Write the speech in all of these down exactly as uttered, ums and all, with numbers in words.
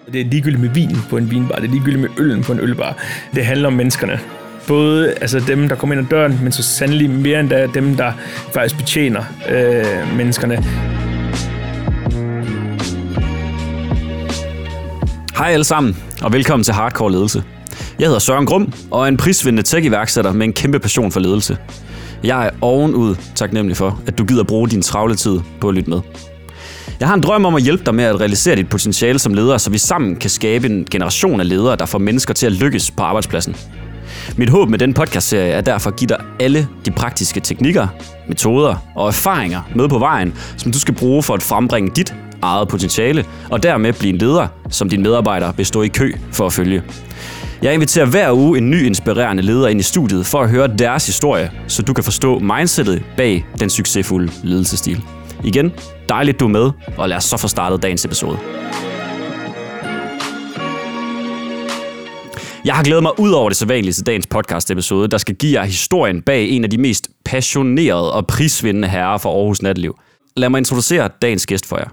Det er ligegyldigt med vin på en vinbar, det er ligegyldigt med øllen på en ølbar. Det handler om menneskerne. Både altså dem, der kommer ind ad døren, men så sandelig mere end der, dem, der faktisk betjener øh, menneskerne. Hej alle sammen, og velkommen til Hardcore Ledelse. Jeg hedder Søren Grum, og er en prisvindende tech-iværksætter med en kæmpe passion for ledelse. Jeg er ovenud taknemmelig for, at du gider bruge din travle tid på at lytte med. Jeg har en drøm om at hjælpe dig med at realisere dit potentiale som leder, så vi sammen kan skabe en generation af ledere, der får mennesker til at lykkes på arbejdspladsen. Mit håb med den podcastserie er derfor at give dig alle de praktiske teknikker, metoder og erfaringer med på vejen, som du skal bruge for at frembringe dit eget potentiale, og dermed blive en leder, som dine medarbejdere vil stå i kø for at følge. Jeg inviterer hver uge en ny inspirerende leder ind i studiet for at høre deres historie, så du kan forstå mindsetet bag den succesfulde ledelsesstil. Igen, dejligt du er med, og lad os så få startet dagens episode. Jeg har glædet mig ud over det sædvanlige til dagens podcast-episode, der skal give jer historien bag en af de mest passionerede og prisvindende herrer fra Aarhus Natteliv. Lad mig introducere dagens gæst for jer.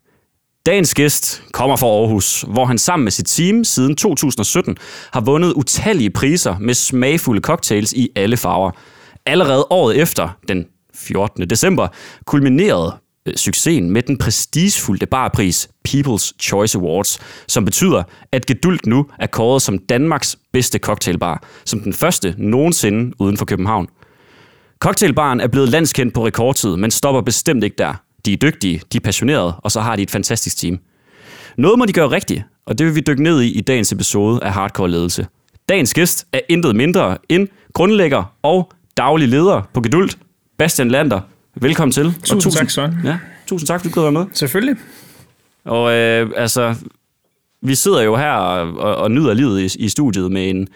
Dagens gæst kommer fra Aarhus, hvor han sammen med sit team siden to tusind og sytten har vundet utallige priser med smagfulde cocktails i alle farver. Allerede året efter, den fjortende december, kulminerede succesen med den prestigefulde barpris People's Choice Awards, som betyder, at Geduld nu er kåret som Danmarks bedste cocktailbar, som den første nogensinde uden for København. Cocktailbaren er blevet landskendt på rekordtid, men stopper bestemt ikke der. De er dygtige, de er passionerede, og så har de et fantastisk team. Noget må de gøre rigtigt, og det vil vi dykke ned i i dagens episode af Hardcore Ledelse. Dagens gæst er intet mindre end grundlægger og daglig leder på Geduld, Bastian Lander. Velkommen til. Tusind, tusind tak, Søren. Ja, tusind tak, fordi du kunne være med. Selvfølgelig. Og øh, altså, vi sidder jo her og, og, og nyder livet i, i studiet med en,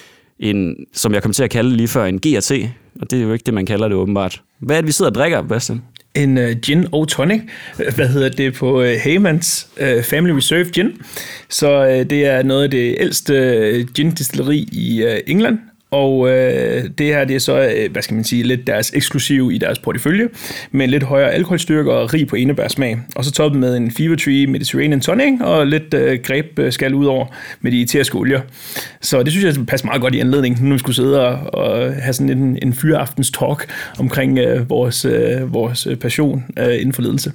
en, som jeg kom til at kalde lige før, en G R T. Og det er jo ikke det, man kalder det åbenbart. Hvad er det, vi sidder og drikker, Bastian? En uh, gin og tonic. Hvad hedder det på uh, Heymans uh, Family Reserve Gin. Så uh, det er noget af det ældste uh, gin-distilleri i uh, England. Og øh, det her, det er så, øh, hvad skal man sige, lidt deres eksklusive i deres portefølje, med en lidt højere alkoholstyrke og rig på enebærsmag. Og så toppen med en Fever Tree Mediterranean Tonic og lidt øh, grebskal ud over med de eteriske olier. Så det synes jeg passer meget godt i anledning, nu vi skulle sidde og, og have sådan en, en fyraftens talk omkring øh, vores, øh, vores passion øh, inden for ledelse.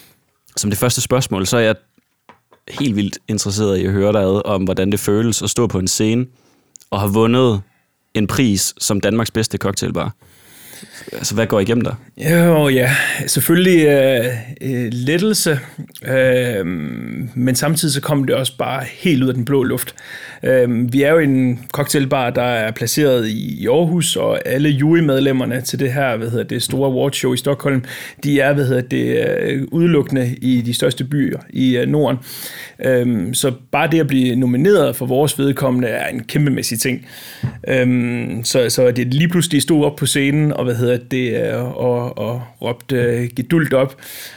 Som det første spørgsmål, så er jeg helt vildt interesseret i at høre dig om, hvordan det føles at stå på en scene og have vundet en pris som Danmarks bedste cocktailbar. Altså, hvad går igennem dig? Jo, ja, selvfølgelig øh, øh, lettelse, øh, men samtidig så kom det også bare helt ud af den blå luft. Øh, vi er jo en cocktailbar, der er placeret i, i Aarhus, og alle jurymedlemmerne til det her, hvad hedder det, store awardshow i Stockholm, de er, hvad hedder det, øh, udelukkende i de største byer i øh, Norden. Øh, så bare det at blive nomineret for vores vedkommende er en kæmpemæssig ting. Øh, så, så det lige pludselig stod op på scenen, og hvad hedder det, og, og råbte Geduld op.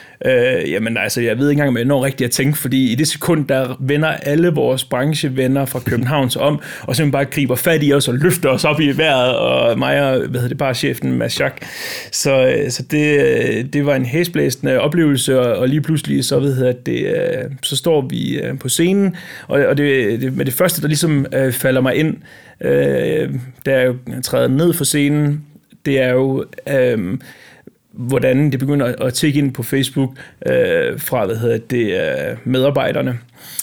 Øh, jamen altså, jeg ved ikke engang, om jeg når rigtigt at tænke, fordi i det sekund, der vender alle vores branchevenner fra København sig om, og simpelthen bare griber fat i os og løfter os op i vejret, og mig og, hvad hedder det, bare chefen Mads Schack. Så, så det, det var en hæsblæsende oplevelse, og, og lige pludselig, så, ved jeg, det, så står vi på scenen, og, og det, det, med det første, der ligesom øh, falder mig ind, øh, da jeg træder ned for scenen, det er jo, øh, hvordan det begynder at tikke ind på Facebook øh, fra, hvad hedder det, øh, medarbejderne.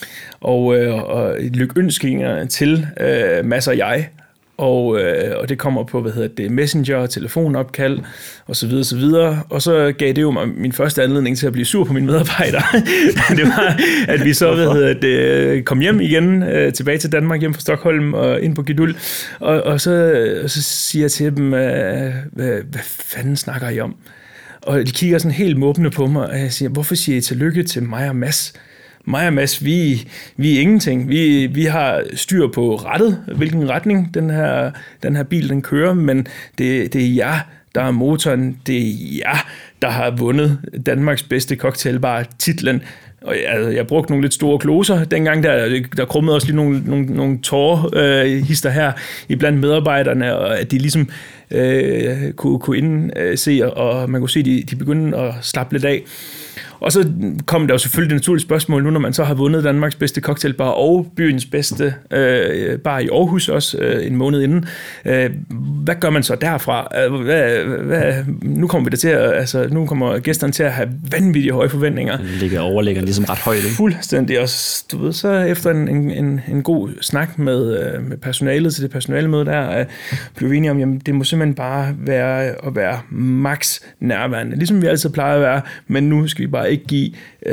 Og, øh, og lykønskninger til øh, Mads og jeg. Og, øh, og det kommer på, hvad hedder det, Messenger, telefonopkald, og så videre, så videre. Og så gav det jo mig min første anledning til at blive sur på mine medarbejdere. Det var, at vi så, hvad hedder det, kom hjem igen, øh, tilbage til Danmark, hjem fra Stockholm og ind på Geduld. Og, og, så, og så siger jeg til dem, øh, hvad, hvad fanden snakker I om? Og de kigger sådan helt måbende på mig, og jeg siger, hvorfor siger I tillykke til mig og Mads? Mig og Mads, vi, vi er ingenting. Vi, vi har styr på rettet, hvilken retning den her, den her bil den kører, men det, det er jer, der er motoren. Det er jer, der har vundet Danmarks bedste cocktailbar-titlen. Og jeg, jeg brugte nogle lidt store gloser dengang, der, der krummede også lige nogle, nogle, nogle tårer-hister øh, her iblandt medarbejderne, og at de ligesom øh, kunne, kunne indse, og man kunne se, at de, de begyndte at slappe lidt af. Og så kom der jo selvfølgelig det naturlige spørgsmål, nu når man så har vundet Danmarks bedste cocktailbar og byens bedste øh, bar i Aarhus også øh, en måned inden. Øh, hvad gør man så derfra? Hvad, hvad, nu kommer vi der til at, altså, nu kommer gæsterne til at have vanvittige høje forventninger. Den ligger overligger ligesom ret højt, ikke? Fuldstændig. Og du ved, så efter en, en, en god snak med, med personalet til det personalemøde der, blev vi enige om, jamen det må simpelthen bare være at være max nærværende. Ligesom vi altid plejer at være, men nu skal vi bare ikke give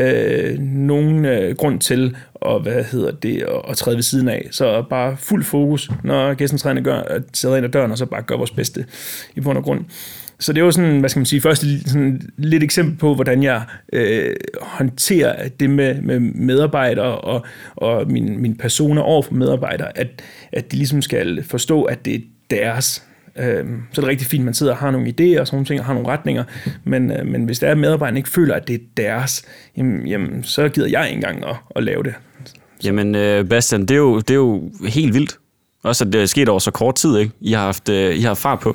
øh, nogen øh, grund til at, hvad hedder det, at træde ved siden af. Så bare fuld fokus, når gæsten træner gør, at sætter ind ad døren, og så bare gør vores bedste i bund og grund. Så det er jo sådan, hvad skal man sige, først sådan lidt eksempel på, hvordan jeg øh, håndterer det med, med medarbejdere og, og mine, mine personer over for medarbejdere, at, at de ligesom skal forstå, at det er deres. Øh, så er det rigtig fint, at man sidder og har nogle idéer og sådan nogle ting, og har nogle retninger, men, øh, men hvis der er medarbejderne ikke føler, at det er deres, jamen, jamen så gider jeg ikke engang at, at lave det. Så. Jamen øh, Bastian, det er, jo, det er jo helt vildt. Også at det er sket over så kort tid, ikke? I har haft, øh, I har haft fart på.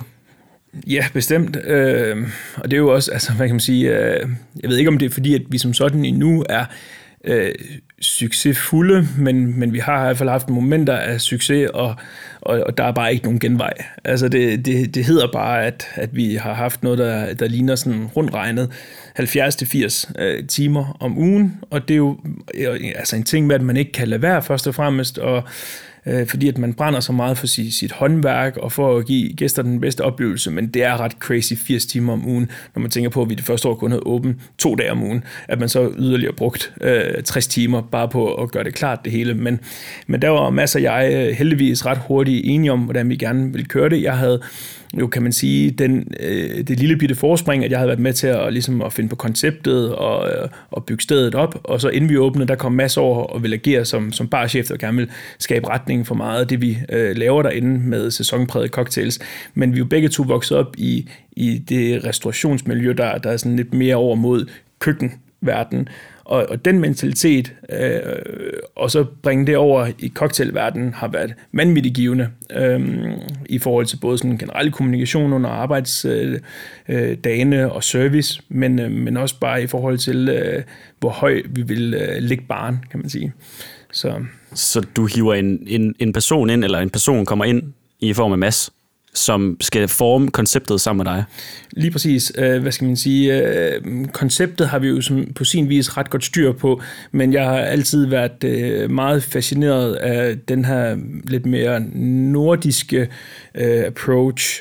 Ja, bestemt. Øh, og det er jo også, altså, hvad kan man sige, øh, jeg ved ikke, om det er fordi, at vi som sådan endnu er øh, succesfulde, men, men vi har i hvert fald haft momenter af succes, og, og, og der er bare ikke nogen genvej. Altså, det, det, det hedder bare, at, at vi har haft noget, der, der ligner sådan rundt regnet halvfjerds til firs øh, timer om ugen, og det er jo altså en ting med, at man ikke kan lade være først og fremmest, og øh, fordi at man brænder så meget for sit, sit håndværk og for at give gæster den bedste oplevelse, men det er ret crazy firs timer om ugen, når man tænker på, at vi det første år kun havde åbent to dage om ugen, at man så yderligere brugt øh, tres timer bare på at gøre det klart det hele. Men, men der var masser af jeg heldigvis ret hurtigt enige om, hvordan vi gerne ville køre det. Jeg havde jo, kan man sige, den, øh, det lille bitte forspring, at jeg havde været med til at, ligesom at finde på konceptet og, øh, og bygge stedet op, og så inden vi åbnede, der kom masser over og ville agere som, som barchef, der gerne vil skabe retning for meget af det, vi øh, laver derinde med sæsonprægede cocktails. Men vi er jo begge to vokset op i, i det restaurationsmiljø, der, der er sådan lidt mere over mod køkkenverden. Og, og den mentalitet, øh, og så bringe det over i cocktailverdenen, har været vanvittigt givende øh, i forhold til både sådan generel kommunikation under arbejdsdagene øh, og service, men, øh, men også bare i forhold til, øh, hvor høj vi vil øh, lægge barren, kan man sige. Så, så du hiver en, en, en person ind, eller en person kommer ind i form af Mads, som skal forme konceptet sammen med dig? Lige præcis. Hvad skal man sige? Konceptet har vi jo som på sin vis ret godt styr på, men jeg har altid været meget fascineret af den her lidt mere nordiske approach,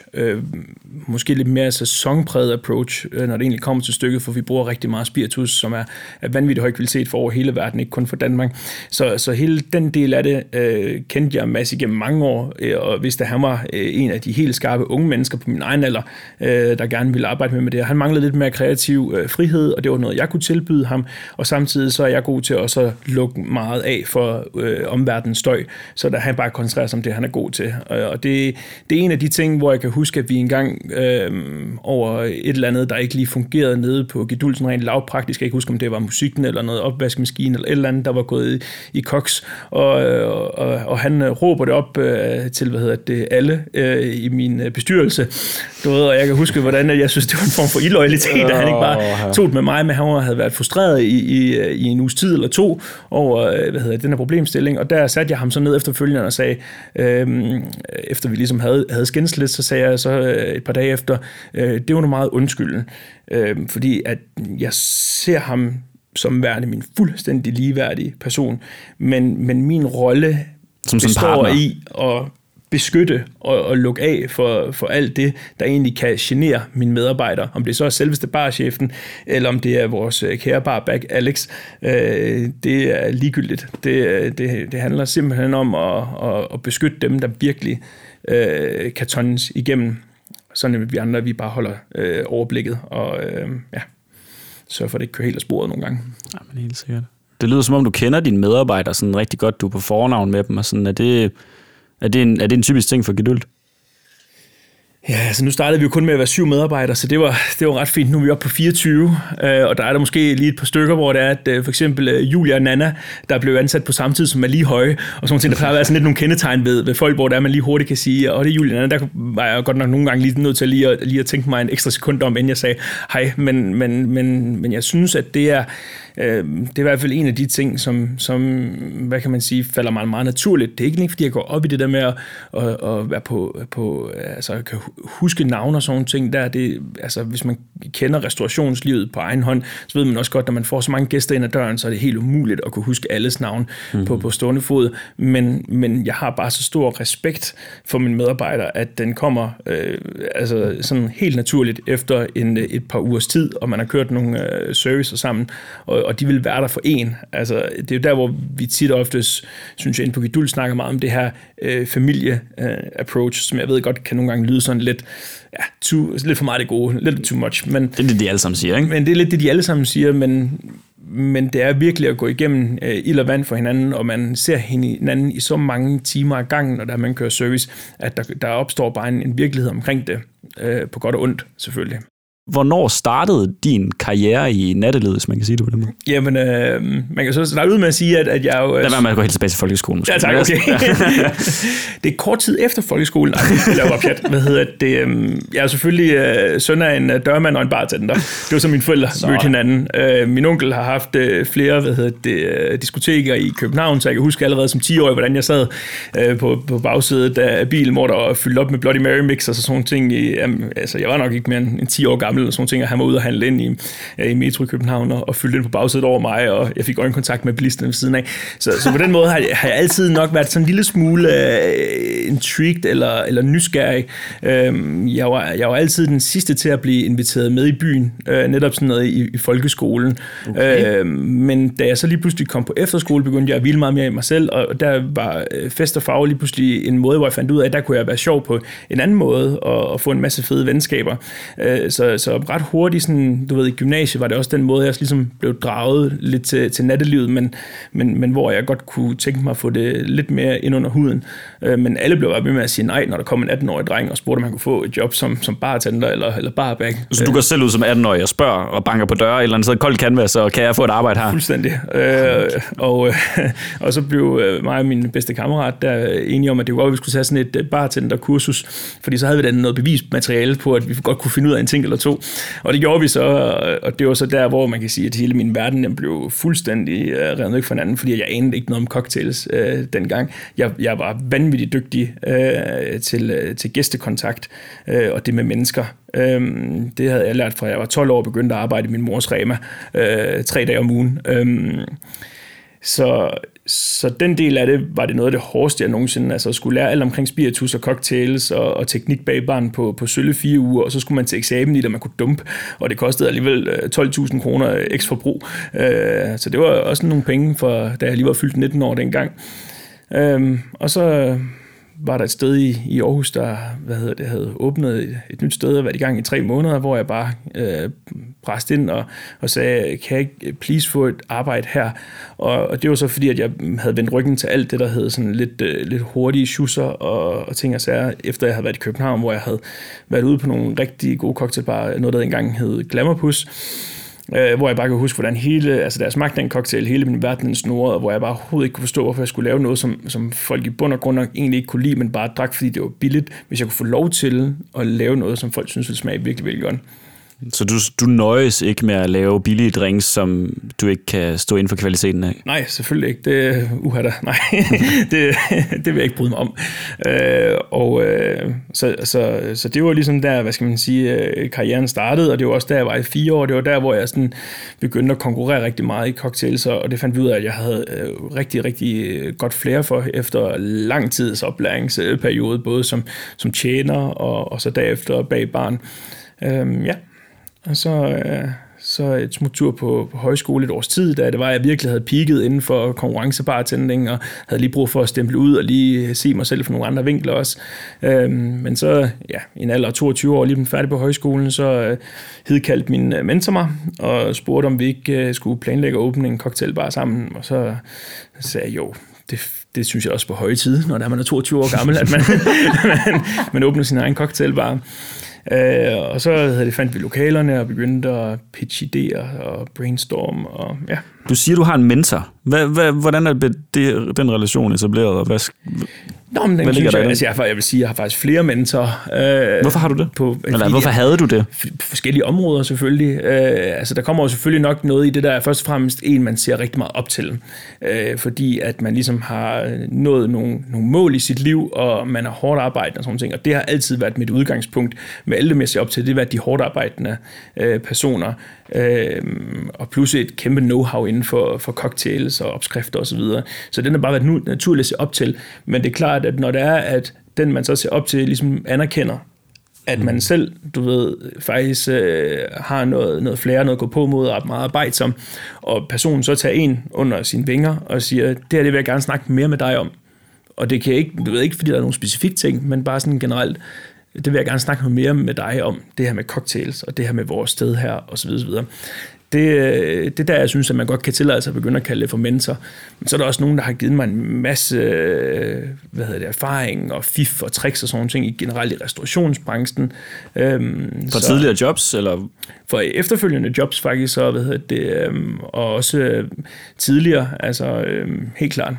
måske lidt mere sæsonpræget approach, når det egentlig kommer til stykket, for vi bruger rigtig meget spiritus, som er af vanvittig høj kvalitet for over hele verden, ikke kun for Danmark. Så, så hele den del af det øh, kendte jeg Mads igennem mange år, og hvis der han var øh, en af de helt skarpe unge mennesker på min egen alder, øh, der gerne ville arbejde med, med det. Han manglede lidt mere kreativ øh, frihed, og det var noget, jeg kunne tilbyde ham, og samtidig så er jeg god til også at lukke meget af for øh, omverdenens støj, så der han bare koncentrerer sig om det, han er god til. Og det, det er en af de ting, hvor jeg kan huske, at vi engang øh, over et eller andet, der ikke lige fungerede nede på Gedulsen, rent lavpraktisk, jeg kan ikke huske, om det var musikken eller noget opvaskemaskine eller et eller andet, der var gået i, i koks, og, og, og han råber det op øh, til, hvad hedder det, alle øh, i min bestyrelse, du ved, og jeg kan huske, hvordan jeg synes, det var en form for illoyalitet, at han ikke bare tog det med mig, men han havde været frustreret i, i, i en uges tid eller to over, hvad hedder det, den her problemstilling, og der satte jeg ham så ned efterfølgende og sagde, øh, efter vi ligesom havde, havde skændes lidt, så sagde jeg så et par dage efter, øh, det var nu meget undskylden, øh, fordi at jeg ser ham som værende min fuldstændig ligeværdige person, men, men min rolle som består i at beskytte og, og lukke af for, for alt det, der egentlig kan genere mine medarbejdere. Om det så er selveste barchefen, eller om det er vores kære barback Alex, øh, det er ligegyldigt. Det, det, det handler simpelthen om at, at, at beskytte dem, der virkelig øh, kan tonnes igennem, sådan at vi andre vi bare holder øh, overblikket og øh, ja, sørger for, at det ikke kører helt af sporet nogle gange. Ja, men helt sikkert. Det lyder som om, du kender dine medarbejdere sådan rigtig godt, du er på fornavn med dem, og sådan, er det... Er det, en, er det en typisk ting for Geduld? Ja, altså nu startede vi jo kun med at være syv medarbejdere, så det var, det var ret fint. Nu er vi oppe på fireogtyve, øh, og der er der måske lige et par stykker, hvor det er, at øh, for eksempel øh, Julia og Nana, der blev ansat på samme tid, som er lige høje, og sådan ting, der plejer at være sådan lidt nogle kendetegn ved, ved folk, hvor der er, man lige hurtigt kan sige, og det er Julia og Nana, der var jeg godt nok nogle gange lige nødt til lige at, lige at tænke mig en ekstra sekund om, inden jeg sagde hej, men, men, men, men jeg synes, at det er, øh, det er i hvert fald en af de ting, som, som hvad kan man sige, falder mig meget naturligt. Det er ikke fordi jeg går op i det der med at, at, at være på, på altså kan huske navne og sådan ting der. Det, altså, hvis man kender restaurationslivet på egen hånd, så ved man også godt, når man får så mange gæster ind ad døren, så er det helt umuligt at kunne huske alles navn mm-hmm. på, på stående fod. Men, men jeg har bare så stor respekt for mine medarbejdere, at den kommer øh, altså sådan helt naturligt efter en, et par ugers tid, og man har kørt nogle øh, servicer sammen, og, og de vil være der for en. Altså, det er jo der, hvor vi tit og oftest, synes jeg, inde på Geduld snakker meget om det her øh, familie-approach, øh, som jeg ved godt kan nogle gange lyde sådan lidt, ja, too, lidt for meget det gode, lidt too much. Men, det er det, de alle sammen siger, ikke? Men det er lidt det, de alle sammen siger, men, men det er virkelig at gå igennem øh, ild og vand for hinanden, og man ser hinanden i så mange timer ad gangen, når der man kører service, at der, der opstår bare en, en virkelighed omkring det, øh, på godt og ondt selvfølgelig. Hvornår startede din karriere i nattelivet, hvis man kan sige det på den måde? Jamen, øh, man kan så starte ud med at sige, at, at jeg jo... Lad være med at gå helt tilbage til folkeskolen, måske. Ja, tak, okay. Det er kort tid efter folkeskolen. Nej, det laver bare pjat. Hvad hedder det? Øh, jeg er selvfølgelig øh, søn af en dørmand og en bartender. Det var så mine forældre så. mødte hinanden. Øh, min onkel har haft øh, flere hvad hedder det, øh, diskoteker i København, så jeg kan huske allerede som ti-årig, hvordan jeg sad øh, på, på bagsædet af bilen, hvor der var fyldt op med Bloody Mary mix og sådan ting. I, øh, altså, jeg var nok ikke mere end, end ti år gammel, og sådan ting, og han var ude og handle ind i, i Metro i København og, og fyldte ind på bagsædet over mig, og jeg fik øjenkontakt med bilisterne ved siden af. Så, så på den måde har jeg, har jeg altid nok været sådan en lille smule uh, intrigued eller, eller nysgerrig. Uh, jeg, var, jeg var altid den sidste til at blive inviteret med i byen, uh, netop sådan noget i, i folkeskolen. Okay. Uh, men da jeg så lige pludselig kom på efterskole, begyndte jeg at hvile meget mere i mig selv, og der var fest og farve lige pludselig en måde, hvor jeg fandt ud af, at der kunne jeg være sjov på en anden måde, og, og få en masse fede venskaber. Uh, så, så ret hurtigt, sådan, du ved, i gymnasiet var det også den måde, jeg ligesom blev draget lidt til, til nattelivet, men, men, men hvor jeg godt kunne tænke mig at få det lidt mere ind under huden. Øh, men alle blev bare ved med at sige nej, når der kom en atten-årig dreng og spurgte, om man kunne få et job som, som bartender eller, eller barback. Så du går selv ud som atten-årig og spørger og banker på døre, eller andet sted koldt canvas, så kan jeg få et arbejde her? Fuldstændig. Øh, og, øh, og så blev mig og min bedste kammerat der enige om, at det var godt, at vi skulle tage sådan et bartenderkursus, fordi så havde vi da noget bevismateriale på, at vi godt kunne finde ud af en ting eller to. Og det gjorde vi så, og det var så der, hvor man kan sige, at hele min verden den blev fuldstændig uh, revet væk fra hinanden, fordi jeg anede ikke noget om cocktails uh, dengang. Jeg, jeg var vanvittigt dygtig uh, til, uh, til gæstekontakt uh, og det med mennesker. Um, det havde jeg lært fra, jeg var tolv år og begyndte at arbejde i min mors Rema uh, tre dage om ugen. Um, så Så den del af det var det noget af det hårdeste, jeg nogensinde altså skulle lære alt omkring spiritus og cocktails og, og teknik bag baren på, på sølle fire uger, og så skulle man til eksamen i det, man kunne dumpe, og det kostede alligevel tolv tusind kroner ekstra forbrug. Uh, så det var også nogle penge, for, da jeg lige var fyldt nitten år dengang. Uh, og så var der et sted i, i Aarhus, der hvad hedder det, havde åbnet et, et nyt sted og været i gang i tre måneder, hvor jeg bare øh, bræste ind og, og sagde, kan jeg ikke please få et arbejde her? Og, og det var så fordi, at jeg havde vendt ryggen til alt det, der hed sådan lidt, øh, lidt hurtige schusser og, og ting og sager, efter jeg havde været i København, hvor jeg havde været ude på nogle rigtig gode cocktailbarer, noget der engang hed Glamourpuss, Øh, hvor jeg bare kan huske, hvordan hele, altså der smagte en cocktail, hele min verden snurrede, og hvor jeg bare overhovedet ikke kunne forstå, hvorfor jeg skulle lave noget, som, som folk i bund og grund nok egentlig ikke kunne lide, men bare drak, fordi det var billigt, hvis jeg kunne få lov til at lave noget, som folk synes ville smage virkelig, virkelig godt. Så du, du nøjes ikke med at lave billige drinks, som du ikke kan stå inden for kvaliteten af? Nej, selvfølgelig ikke. Det uha da. Nej, det, det vil jeg ikke bryde mig om. Øh, og øh, så, så, så det var ligesom der, hvad skal man sige, karrieren startede, og det var også der, jeg var i fire år. Det var der, hvor jeg sådan begyndte at konkurrere rigtig meget i cocktails, og det fandt vi ud af, at jeg havde rigtig, rigtig godt flere for efter lang tids oplæringsperiode, både som, som tjener og, og så derefter bag baren. Øh, ja. Og så, øh, så et smuttur på, på højskole et års tid, da det var, at jeg virkelig havde peaked inden for konkurrencebartending, og havde lige brug for at stemple ud og lige se mig selv fra nogle andre vinkler også. Øhm, men så, ja, i en alder af toogtyve år, lige blev færdig på højskolen, så øh, hedkaldte min mentor mig, og spurgte, om vi ikke øh, skulle planlægge at åbne en cocktailbar sammen, og så sagde jeg, jo, det, det synes jeg også på høje tid, når man er toogtyve år gammel, at man, man, man åbner sin egen cocktailbar. Uh, og så havde det, fandt vi lokalerne og begyndte at pitche idéer og brainstorm. Og, ja. Du siger, du har en mentor. Hvad, hvad, hvordan er det, den relation etableret? Og hvad, Nå, men den hvad synes jeg, altså, jeg, jeg vil sige, jeg har faktisk flere mentorer. Uh, hvorfor har du det? På, Eller hvorfor havde du det? På forskellige områder selvfølgelig. Uh, altså, der kommer jo selvfølgelig nok noget i det, der er først og fremmest en, man ser rigtig meget op til. Uh, fordi at man ligesom har nået nogle, nogle mål i sit liv, og man er hårdt arbejdende og sådan ting. Og det har altid været mit udgangspunkt med alle dem, jeg ser op til. Det har været de hårdt arbejdende uh, personer. Uh, og plus et kæmpe know-how inden for, for cocktails og opskrifter osv. Så, videre. Så den har bare været nu, naturligt at se op til. Men det er klart, at når det er, at den man så ser op til, ligesom anerkender, at man selv, du ved, faktisk øh, har noget, noget flere, noget at gå på mod, og er meget arbejdsom, og personen så tager en under sine vinger og siger, det her det vil jeg gerne snakke mere med dig om. Og det kan jeg ikke, du ved ikke, fordi der er nogle specifikke ting, men bare sådan generelt, det vil jeg gerne snakke noget mere med dig om, det her med cocktails, og det her med vores sted her, og så videre, så videre. Det, det der, jeg synes, at man godt kan tillade sig at begynde at kalde det for mentor. Men så er der også nogen, der har givet mig en masse hvad hedder det, erfaring og fif og tricks og sådan ting i generelt i restaurationsbranchen. Øhm, for så, tidligere jobs? Eller? For efterfølgende jobs faktisk, så, hvad hedder det, øhm, og også øh, tidligere, altså øh, helt klart.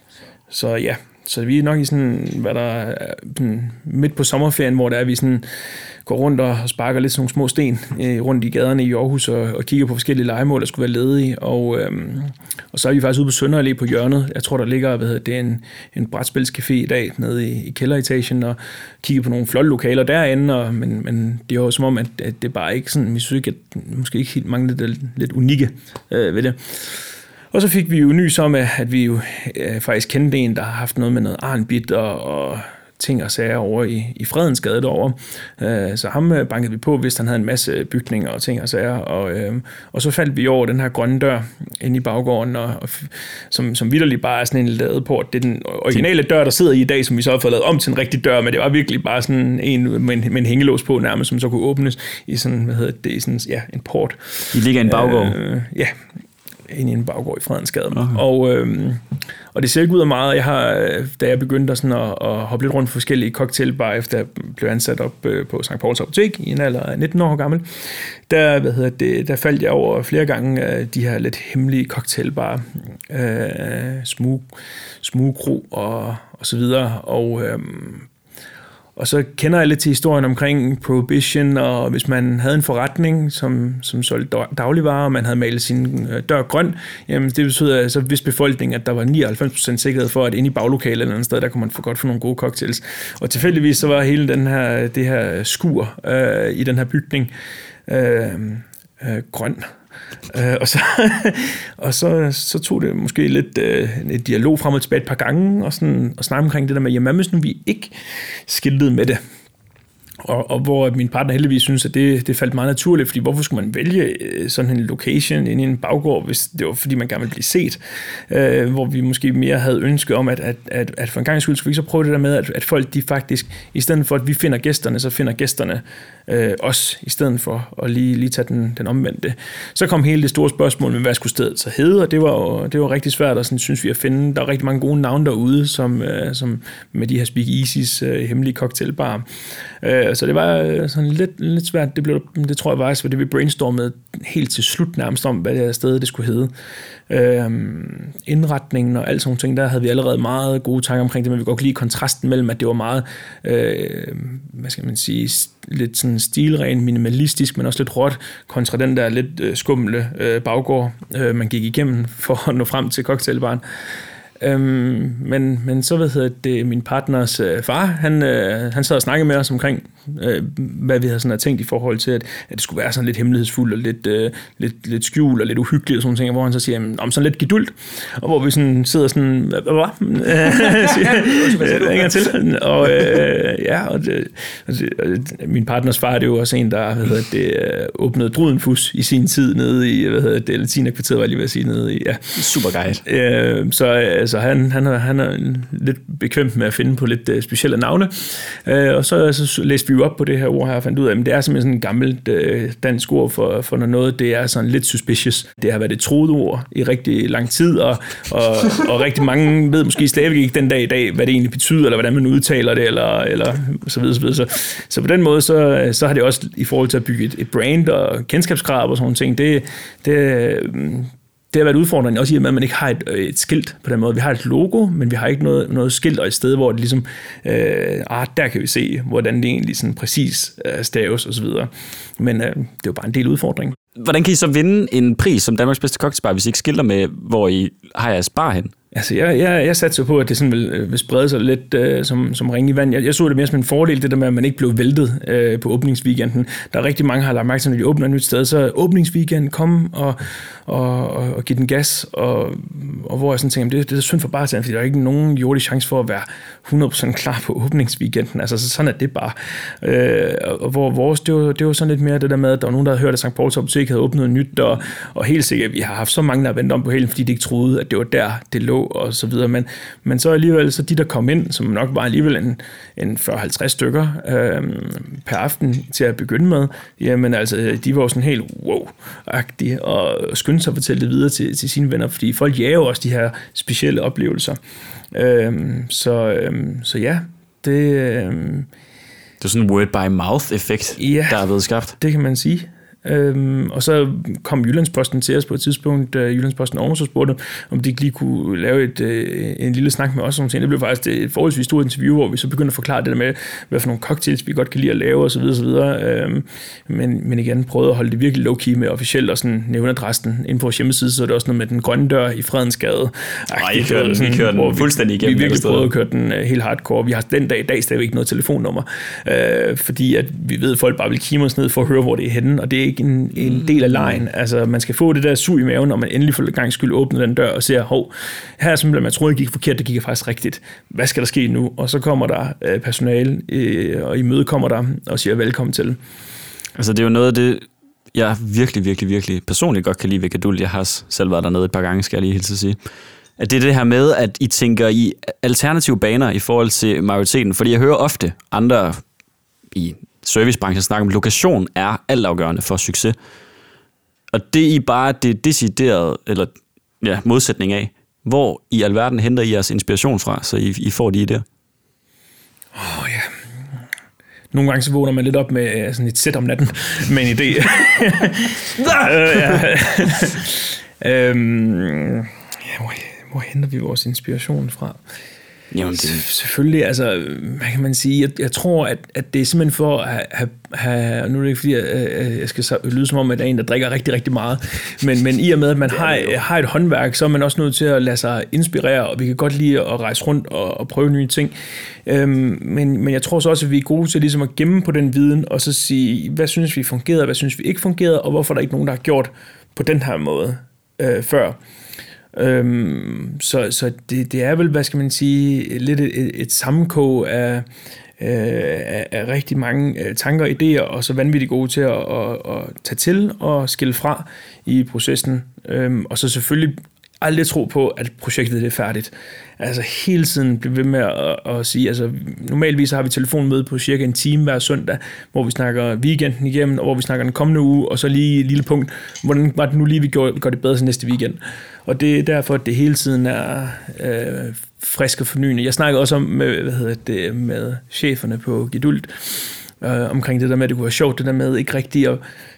Så ja, så vi er nok i sådan, hvad der er midt på sommerferien, hvor der er vi sådan går rundt og sparker lidt sådan nogle små sten øh, rundt i gaderne i Aarhus og, og kigger på forskellige legemål, der skulle være ledige. Og, øhm, og så er vi faktisk ude på Sønder Allé på hjørnet. Jeg tror, der ligger hvad hedder det, en, en brætspilscafé i dag nede i, i kælderetagen og kigger på nogle flotte lokaler derinde. Og, men, men det er jo som om, at, at det bare ikke sådan, vi synes ikke, at måske ikke helt mange lidt, lidt unikke øh, ved det. Og så fik vi jo nys om, at vi jo øh, faktisk kendte en, der har haft noget med noget arnbit og, og ting og sager over i, i Fredensgade derovre. Øh, så ham øh, bankede vi på, hvis han havde en masse bygninger og ting og sager. Og, øh, og så faldt vi over den her grønne dør inde i baggården, og, og, som, som vitterligt bare er sådan en ladeport. Det er den originale dør, der sidder i i dag, som vi så har fået lavet om til en rigtig dør, men det var virkelig bare sådan en med en, med en hængelås på nærmest, som så kunne åbnes i sådan, hvad hedder det, sådan, ja, en port. I ligger i en baggård? Øh, ja, ind i en baggård i Fredensgade. Okay. Og, øhm, og det ser ikke ud af meget. Jeg har, da jeg begyndte sådan at, at hoppe lidt rundt på forskellige cocktailbarer, efter jeg blev ansat op på Sankt Pauls Apotek i en alder af nitten år gammel, der, hvad hedder det, der faldt jeg over flere gange af de her lidt hemmelige cocktailbarer, øh, smug, smugkro og, og så videre. Og øhm, Og så kender jeg lidt til historien omkring Prohibition, og hvis man havde en forretning, som, som solgte dagligvarer, og man havde malet sin dør grøn, jamen det betød, at så vidste befolkningen, at der var nioghalvfems procent sikkerhed for, at inde i baglokalet eller andet sted, der kunne man få godt få nogle gode cocktails. Og tilfældigvis så var hele den her, det her skur øh, i den her bygning øh, øh, grøn. Uh, og så, og så, så tog det måske lidt uh, et dialog frem og tilbage et par gange, og, sådan, og snakke omkring det der med, jamen hvis nu vi ikke skiltede med det, og, og hvor min partner heldigvis synes, at det, det faldt meget naturligt, fordi hvorfor skulle man vælge sådan en location inde i en baggård, hvis det var fordi man gerne ville blive set, uh, hvor vi måske mere havde ønske om, at, at, at, at for en gang skyld skulle vi så prøve det der med, at, at folk de faktisk, i stedet for at vi finder gæsterne, så finder gæsterne øh, os, i stedet for at lige, lige tage den, den omvendte. Så kom hele det store spørgsmål med, hvad skulle stedet så hedde, og det var jo det var rigtig svært, og sådan synes vi at finde. Der er rigtig mange gode navne derude, som, øh, som med de her Speakeasies øh, hemmelige cocktailbar. Øh, så det var sådan lidt, lidt svært. Det, blev, det tror jeg faktisk var det, vi brainstormede helt til slut nærmest om, hvad det her sted det skulle hedde. Øh, indretningen og alt sådan nogle ting, der havde vi allerede meget gode tanker omkring det, men vi godt lide kontrasten mellem, at det var meget, øh, hvad skal man sige, lidt sådan stilren, minimalistisk, men også lidt råt, kontra den der lidt øh, skumle øh, baggård, øh, man gik igennem for at nå frem til cocktailbaren. Øhm, men, men så ved jeg, det min partners øh, far, han, øh, han sad og snakkede med os omkring øh, hvad vi havde sådan tænkt i forhold til, at, at det skulle være sådan lidt hemmelighedsfuldt og lidt, øh, lidt, lidt skjult og lidt uhyggeligt og sådan ting, hvor han så siger, om sådan lidt gedult, og hvor vi sådan sidder sådan, hvad siger jeg til, og øh, ja, og, det, og det, og min partners far, det er jo også en, der hvad hedder det, åbnede Brudenfus i sin tid nede i, hvad hedder det, Latina-kvarteret, var jeg lige ved at sige, nede i, ja. Super guide. Øh, så altså, han, han, er, han er lidt bekvemt med at finde på lidt uh, specielle navne, øh, og så, så læste vi jo op på det her ord her, og fandt ud af, at det er simpelthen sådan et gammelt øh, dansk ord for, for når noget, det er sådan lidt suspicious. Det har været et troet ord i rigtig lang tid, og, og, og rigtig mange ved måske stadigvæk ikke den dag i dag, hvad det egentlig betyder, eller hvordan man udtaler det, eller, eller så videre, så videre. Så, så på den måde, så, så har det også i forhold til at bygge et, et brand og kendskabsgrad og sådan nogle ting, det, det, det har været udfordrende også i og med, at man ikke har et, et skilt på den måde. Vi har et logo, men vi har ikke noget, noget skilt og et sted, hvor det ligesom, øh, ah, der kan vi se, hvordan det egentlig sådan præcis øh, staves og så videre. Men øh, det er jo bare en del udfordring. Hvordan kan I så vinde en pris som Danmarks bedste cocktailbar, hvis I ikke skilter med, hvor I har jeres bar hen? Altså, jeg, jeg, jeg satte så på, at det sådan vil, vil sprede sig lidt øh, som, som ringe i vand. Jeg, jeg så det mere som en fordel, det der med, at man ikke blev væltet øh, på åbningsweekenden. Der er rigtig mange, der har lagt mærke til, når de åbner et nyt sted, så åbningsweekenden, kom og, og, og, og give den gas, og, og hvor jeg sådan tænker, det, det er synd for bartenderen, fordi der er ikke nogen jordig chance for at være hundrede procent klar på åbningsweekenden. Altså, så sådan er det bare. Øh, og hvor vores, det var, det var sådan lidt mere det der med, at der var nogen, der havde hørt, at Sankt Pauls Apotek havde åbnet nyt, og, og helt sikkert, vi har haft så mange, der har ventet om på helen, fordi de ikke troede, at det var der, det lå, og så videre. Men, men så alligevel, så de, der kom ind, som nok var alligevel en, en fyrre til halvtreds stykker øh, per aften til at begynde med, jamen altså, de var sådan helt wow-agtige, og skyndte sig at fortælle det videre til, til sine venner, fordi folk jager jo også de her specielle oplevelser. Øh, så, øh, så ja, det... Øh, det er sådan en word-by-mouth-effekt, ja, der er blevet skabt. Det kan man sige. Øhm, og så kom Jyllandsposten til os på et tidspunkt, uh, Jyllandsposten Aarhus og spurgte, om de ikke lige kunne lave et, uh, en lille snak med os. Det blev faktisk et forholdsvis stort interview, hvor vi så begyndte at forklare det der med, hvad for nogle cocktails vi godt kan lide at lave osv. osv. Øhm, men, men igen prøvede at holde det virkelig low-key med officielt og sådan nævne adressen inde på vores hjemmeside, så er det også noget med den grønne dør i Fredensgade. Nej, I kører den, sådan, kører den fuldstændig igennem. Vi virkelig prøvede at køre den uh, helt hardcore. Vi har den dag i dag stadigvæk ikke noget telefonnummer, uh, fordi at vi ved, at folk bare vil kime os ned for at høre, hvor det er henne, og det er ikke en, en del af lejen. Altså, man skal få det der sug i maven, når man endelig for gang skyld åbner den dør og ser, hov, her er simpelthen, man troede, det gik forkert, det gik faktisk rigtigt. Hvad skal der ske nu? Og så kommer der øh, personale, øh, og i møde kommer der og siger velkommen til. Altså, det er jo noget af det, jeg virkelig, virkelig, virkelig personligt godt kan lide ved Geduld. Jeg har selv været dernede et par gange, skal jeg lige hilse at sige. At det er det her med, at I tænker i alternative baner i forhold til majoriteten, fordi jeg hører ofte andre i servicebranchen snakker om, lokation er altafgørende for succes. Og det I bare det deciderede, eller ja, modsætning af, hvor i alverden henter I jeres inspiration fra, så I, I får de idéer? Åh oh, ja. Nogle gange så vågner man lidt op med sådan et sæt om natten med en idé. øhm, ja, hvor, hvor henter vi vores inspiration fra? Jamen, det... Selvfølgelig, altså, hvad kan man sige, jeg, jeg tror, at, at det er simpelthen for at have, have nu er det ikke fordi, jeg, jeg skal lyde som om, at der er en, der drikker rigtig, rigtig meget, men, men i og med, at man har, har et håndværk, så er man også nødt til at lade sig inspirere, og vi kan godt lide at rejse rundt og, og prøve nye ting, øhm, men, men jeg tror så også, at vi er gode til ligesom at gemme på den viden, og så sige, hvad synes vi fungerede, hvad synes vi ikke fungerede, og hvorfor der ikke nogen, der har gjort på den her måde øh, før. Øhm, så så det, det er vel, hvad skal man sige, lidt et, et sammenkog af, af, af rigtig mange tanker og idéer, og så vanvittigt gode til at, at, at tage til og skille fra i processen. Øhm, og så selvfølgelig aldrig tro på, at projektet er færdigt. Altså hele tiden blive ved med at, at sige, altså normalvis har vi telefonmøde på cirka en time hver søndag, hvor vi snakker weekenden igennem, og hvor vi snakker den kommende uge, og så lige et lille punkt, hvordan var det nu lige, vi gør, gør det bedre til næste weekend. Og det er derfor, at det hele tiden er øh, frisk og fornyende. Jeg snakkede også om med, hvad hedder det, med cheferne på Geduld, øh, omkring det der med, at det kunne være sjovt, det der med ikke rigtigt at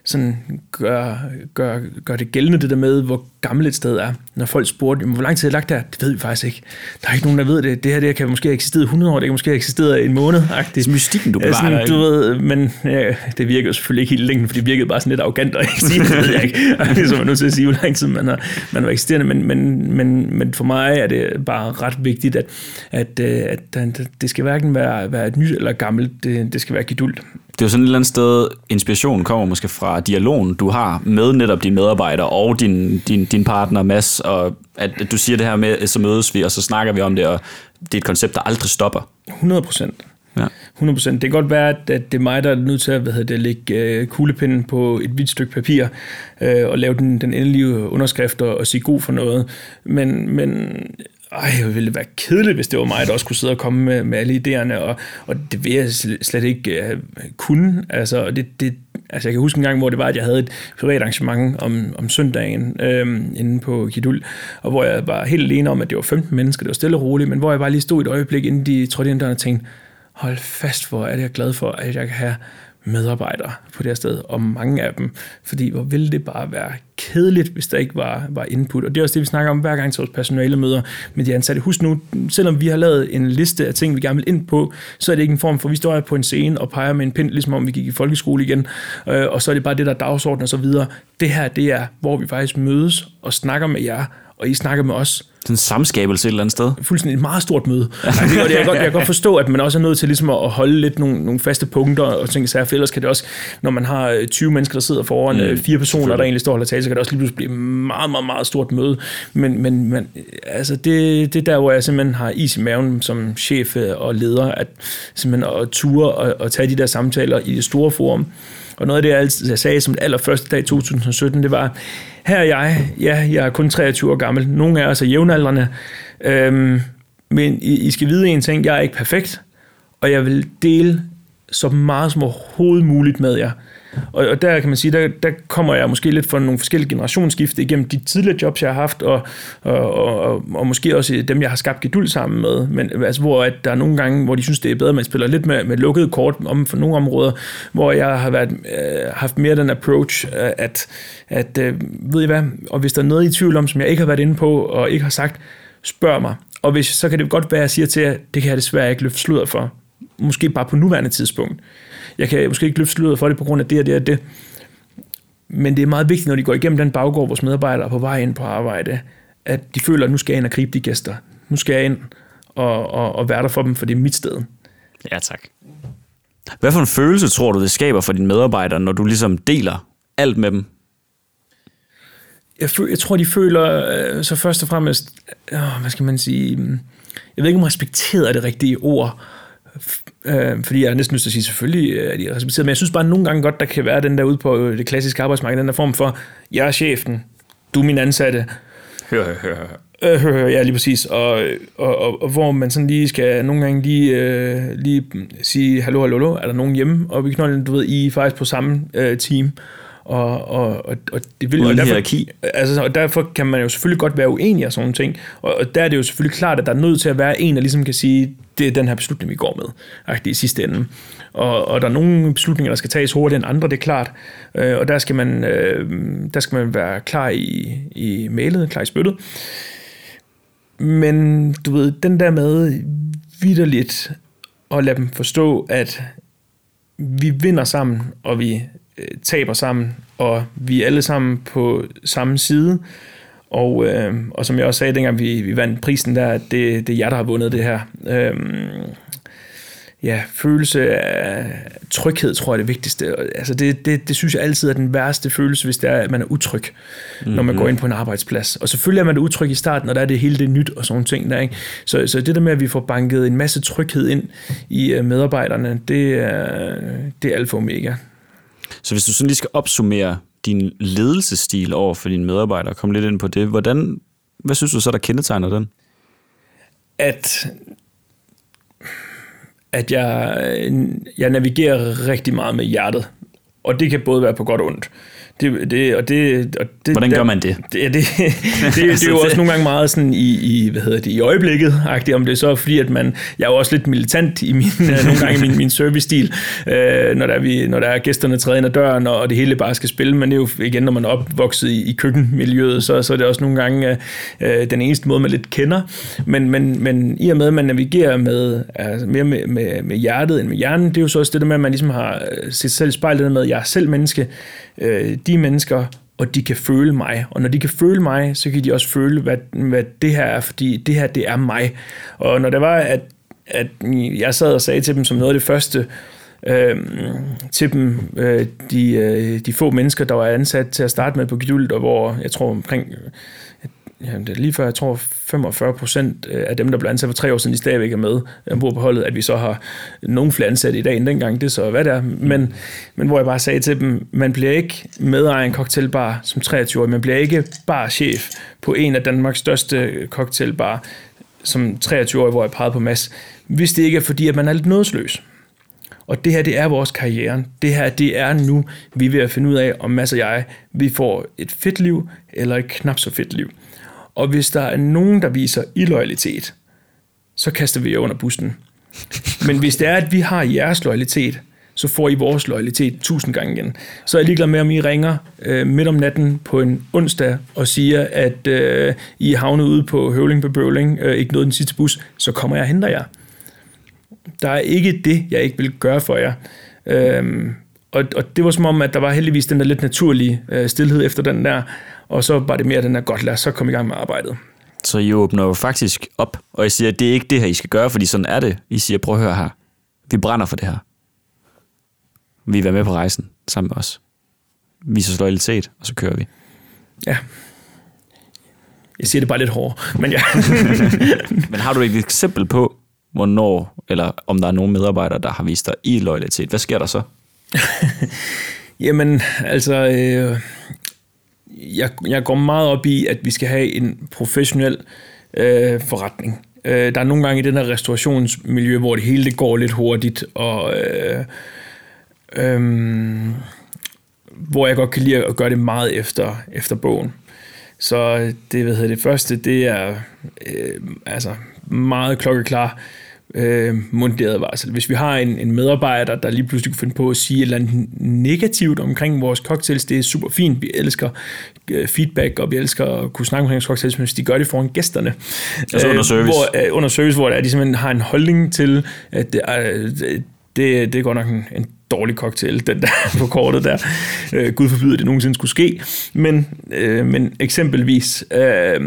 sådan gør, gør, gør det gældende, det der med, hvor gammelt et sted er. Når folk spurgte, hvor lang tid er lagt der? Det ved vi faktisk ikke. Der er ikke nogen, der ved det. Det her det kan måske have eksisteret hundrede år, det kan måske have eksisteret en måned. Det er mystikken, du bevarer. Sådan, du ved, men ja, det virker jo selvfølgelig ikke helt længe, for det virkede bare sådan lidt arrogant, og ikke sige det, ved jeg ikke. Så man er nødt til at sige, hvor lang tid man har, man har eksisterende, men, men, men, men for mig er det bare ret vigtigt, at, at, at, at det skal hverken være, være et nyt eller gammelt, det, det skal være gedulgt. Det er jo sådan et eller andet sted, inspirationen kommer måske fra dialogen, du har med netop dine medarbejdere og din, din, din partner, Mads, og at, at du siger det her med, så mødes vi, og så snakker vi om det, og det er et koncept, der aldrig stopper. hundrede procent. Ja. hundrede procent. Det kan godt være, at det er mig, der er nødt til at hvad hedder det, lægge øh, kuglepinden på et hvidt stykke papir øh, og lave den, den endelige underskrift og, og sige god for noget. Men, men ej, det ville være kedeligt, hvis det var mig, der også kunne sidde og komme med, med alle idéerne, og, og det vil jeg slet ikke uh, kunne. Altså, det, det, altså, jeg kan huske en gang, hvor det var, at jeg havde et privat arrangement om, om søndagen øhm, inde på Kidul, og hvor jeg var helt alene om, at det var femten mennesker, det var stille og roligt, men hvor jeg bare lige stod et øjeblik, inden de trådte ind der og tænkte, hold fast, hvor er det jeg glad for, at jeg kan have medarbejdere på det her sted, og mange af dem, fordi hvor ville det bare være kedeligt, hvis der ikke var, var input. Og det er også det, vi snakker om hver gang til vores personalemøder med de ansatte. Husk nu, selvom vi har lavet en liste af ting, vi gerne vil ind på, så er det ikke en form for, vi står på en scene og peger med en pind, ligesom om vi gik i folkeskole igen, og så er det bare det, der er dagsorden og så videre. Det her, det er, hvor vi faktisk mødes og snakker med jer, og I snakker med os. Sådan en samskabelse et eller andet sted. Fuldstændig et meget stort møde. Altså, det, jeg, kan godt, jeg kan godt forstå, at man også er nødt til ligesom at holde lidt nogle, nogle faste punkter og tænke sig, for ellers kan det også, når man har tyve mennesker, der sidder foran mm, fire personer, der egentlig står og holder tale, så kan det også lige pludselig blive meget, meget, meget stort møde. Men, men, men altså, det, det er der, hvor jeg simpelthen har is i maven som chef og leder, at simpelthen at ture og, og tage de der samtaler i det store forum. Og noget af det, jeg altid jeg sagde som allerførste dag i to tusind og sytten, det var, her er jeg, ja, jeg er kun treogtyve år gammel, nogle af os er jævnaldrende, øhm, men I, I skal vide en ting, jeg er ikke perfekt, og jeg vil dele så meget som overhovedet muligt med jer. Og, og der kan man sige, der, der kommer jeg måske lidt fra nogle forskellige generationsskifte igennem de tidligere jobs, jeg har haft, og, og, og, og måske også dem, jeg har skabt geduld sammen med, men altså, hvor at der er nogle gange, hvor de synes, det er bedre, at man spiller lidt med, med lukkede kort om for nogle områder, hvor jeg har været, øh, haft mere den approach, at, at øh, ved I hvad, og hvis der er noget i tvivl om, som jeg ikke har været inde på, og ikke har sagt, spørg mig. Og hvis, så kan det godt være, at jeg siger til jer, det kan jeg desværre ikke løfte sludder for. Måske bare på nuværende tidspunkt. Jeg kan måske ikke løfte sludder for det på grund af det og det og det. Men det er meget vigtigt, når de går igennem den baggård, vores medarbejdere er på vej ind på arbejde, at de føler, at nu skal jeg ind og gribe de gæster. Nu skal jeg ind og, og, og være der for dem, for det er mit sted. Ja, tak. Hvad for en følelse tror du, det skaber for dine medarbejdere, når du ligesom deler alt med dem? Jeg, føl, jeg tror, de føler øh, så først og fremmest, øh, hvad skal man sige, jeg ved ikke, om respekteret er det rigtige ord, Øh, fordi jeg er næsten lyst til at sige, selvfølgelig er de respekteret, men jeg synes bare nogle gange godt, der kan være den der ude på det klassiske arbejdsmarked, den der form for, jeg er chefen, du er min ansatte. Hør, hør, hør. Øh, hør, hør, ja, lige præcis. Og, og, og, og hvor man sådan lige skal nogle gange lige, øh, lige sige, hallo, hallo, hallo, er der nogen hjemme? Og vi knolden, du ved, I er faktisk på samme øh, team. Og, og, og, og det vil uden og derfor, hierarki. Altså, og derfor kan man jo selvfølgelig godt være uenig af sådan nogle ting. Og, og der er det jo selvfølgelig klart, at der er nødt til at være en, der ligesom kan sige, det er den her beslutning, vi går med, i sidste ende. Og, og der er nogle beslutninger, der skal tages hurtigere end andre, det er klart. Øh, og der skal man, øh, der skal man være klar i, i mailet, klar i spyttet. Men du ved, den der med vitterligt at lade dem forstå, at vi vinder sammen, og vi taber sammen, og vi er alle sammen på samme side. Og, øh, og som jeg også sagde, dengang vi, vi vandt prisen der, det, det er jer, der har vundet det her. Øhm, ja, følelse af tryghed, tror jeg er det vigtigste. Altså det, det, det synes jeg altid er den værste følelse, hvis det er, at man er utryg, mm-hmm. når man går ind på en arbejdsplads. Og selvfølgelig er man utryg i starten, og der er det hele det nyt og sådan ting der, ikke? Så, så det der med, at vi får banket en masse tryghed ind i medarbejderne, det er, det er alfa og omega. Så hvis du sådan lige skal opsummere din ledelsesstil over for dine medarbejdere, og komme lidt ind på det, hvordan, hvad synes du så, der kendetegner den? At, at jeg, jeg navigerer rigtig meget med hjertet. Og det kan både være på godt og ondt. Det, det, og det, og det, Hvordan gør der, man det? Det, det, det, det, det er jo også nogle gange meget sådan i, i, hvad hedder det, i øjeblikket-agtigt, om det er så fordi, at man, jeg er jo også lidt militant i min, nogle gange i min, min service-stil, øh, når, der er vi, når der er gæsterne træder ind ad døren, og det hele bare skal spille, men det er jo igen, når man er opvokset i, i køkkenmiljøet, så, så er det også nogle gange øh, den eneste måde, man lidt kender, men, men, men i og med, at man navigerer med, altså mere med, med, med hjertet end med hjernen, det er jo så også det der med, at man ligesom har sit selv spejlet det med, at jeg er selv menneske, øh, de mennesker, og de kan føle mig. Og når de kan føle mig, så kan de også føle, hvad, hvad det her er, fordi det her, det er mig. Og når det var, at, at jeg sad og sagde til dem som noget af det første, øh, til dem, øh, de, øh, de få mennesker, der var ansat til at starte med på Geduld, og hvor jeg tror omkring, ja, det er lige før, jeg tror femogfyrre procent af dem, der blev ansat for tre år siden, de stadigvæk er med ombord på holdet, at vi så har nogle flere ansatte i dag end dengang, det er så hvad det er. Men, men hvor jeg bare sagde til dem, man bliver ikke medejer af en cocktailbar som treogtyve-årig, man bliver ikke bare chef på en af Danmarks største cocktailbar som treogtyve-årig, hvor jeg pegede på Mads, hvis det ikke er fordi, at man er lidt nådesløs. Og det her, det er vores karriere. Det her, det er nu, vi er ved at finde ud af, om Mads og jeg, vi får et fedt liv, eller et knap så fedt liv. Og hvis der er nogen, der viser illoyalitet, så kaster vi jer under bussen. Men hvis det er, at vi har jeres loyalitet, så får I vores loyalitet tusind gange igen. Så er jeg ligeglad med, om I ringer øh, midt om natten på en onsdag og siger, at øh, I er havnet ude på Høvling på Bøvling, øh, ikke nåede den sidste bus, så kommer jeg og henter jer. Der er ikke det, jeg ikke vil gøre for jer. Øhm, og, og det var som om, at der var heldigvis den der lidt naturlige øh, stillhed efter den der, og så var det mere den der, godt lad os så komme i gang med arbejdet. Så I åbner jo faktisk op, og I siger, at det er ikke det her, I skal gøre, fordi sådan er det. I siger, prøv at høre her, vi brænder for det her. Vi vil være med på rejsen sammen med os. Viser os loyalitet, og så kører vi. Ja. Jeg siger det bare lidt hårdere, men ja. Men har du et eksempel på, hvornår, eller om der er nogle medarbejdere, der har vist dig i loyalitet? Hvad sker der så? Jamen, altså, øh, jeg, jeg går meget op i, at vi skal have en professionel øh, forretning. Øh, der er nogle gange i den her restaurationsmiljø, hvor det hele det går lidt hurtigt, og øh, øh, hvor jeg godt kan lide at gøre det meget efter, efter bogen. Så det, hvad hedder det første, det er øh, altså meget klokkeklar øh, munderet varsel. Hvis vi har en, en medarbejder, der lige pludselig kan finde på at sige et eller andet negativt omkring vores cocktails, det er super fint. Vi elsker øh, feedback, og vi elsker at kunne snakke omkring vores cocktails, hvis de gør det foran gæsterne. Altså under service? Øh, hvor, øh, under service, hvor der, de simpelthen har en holdning til, at det, øh, det, det er godt nok en, en dårlig cocktail, den der på kortet der. Øh, Gud forbyder, at det nogensinde skulle ske. Men, øh, men eksempelvis, øh,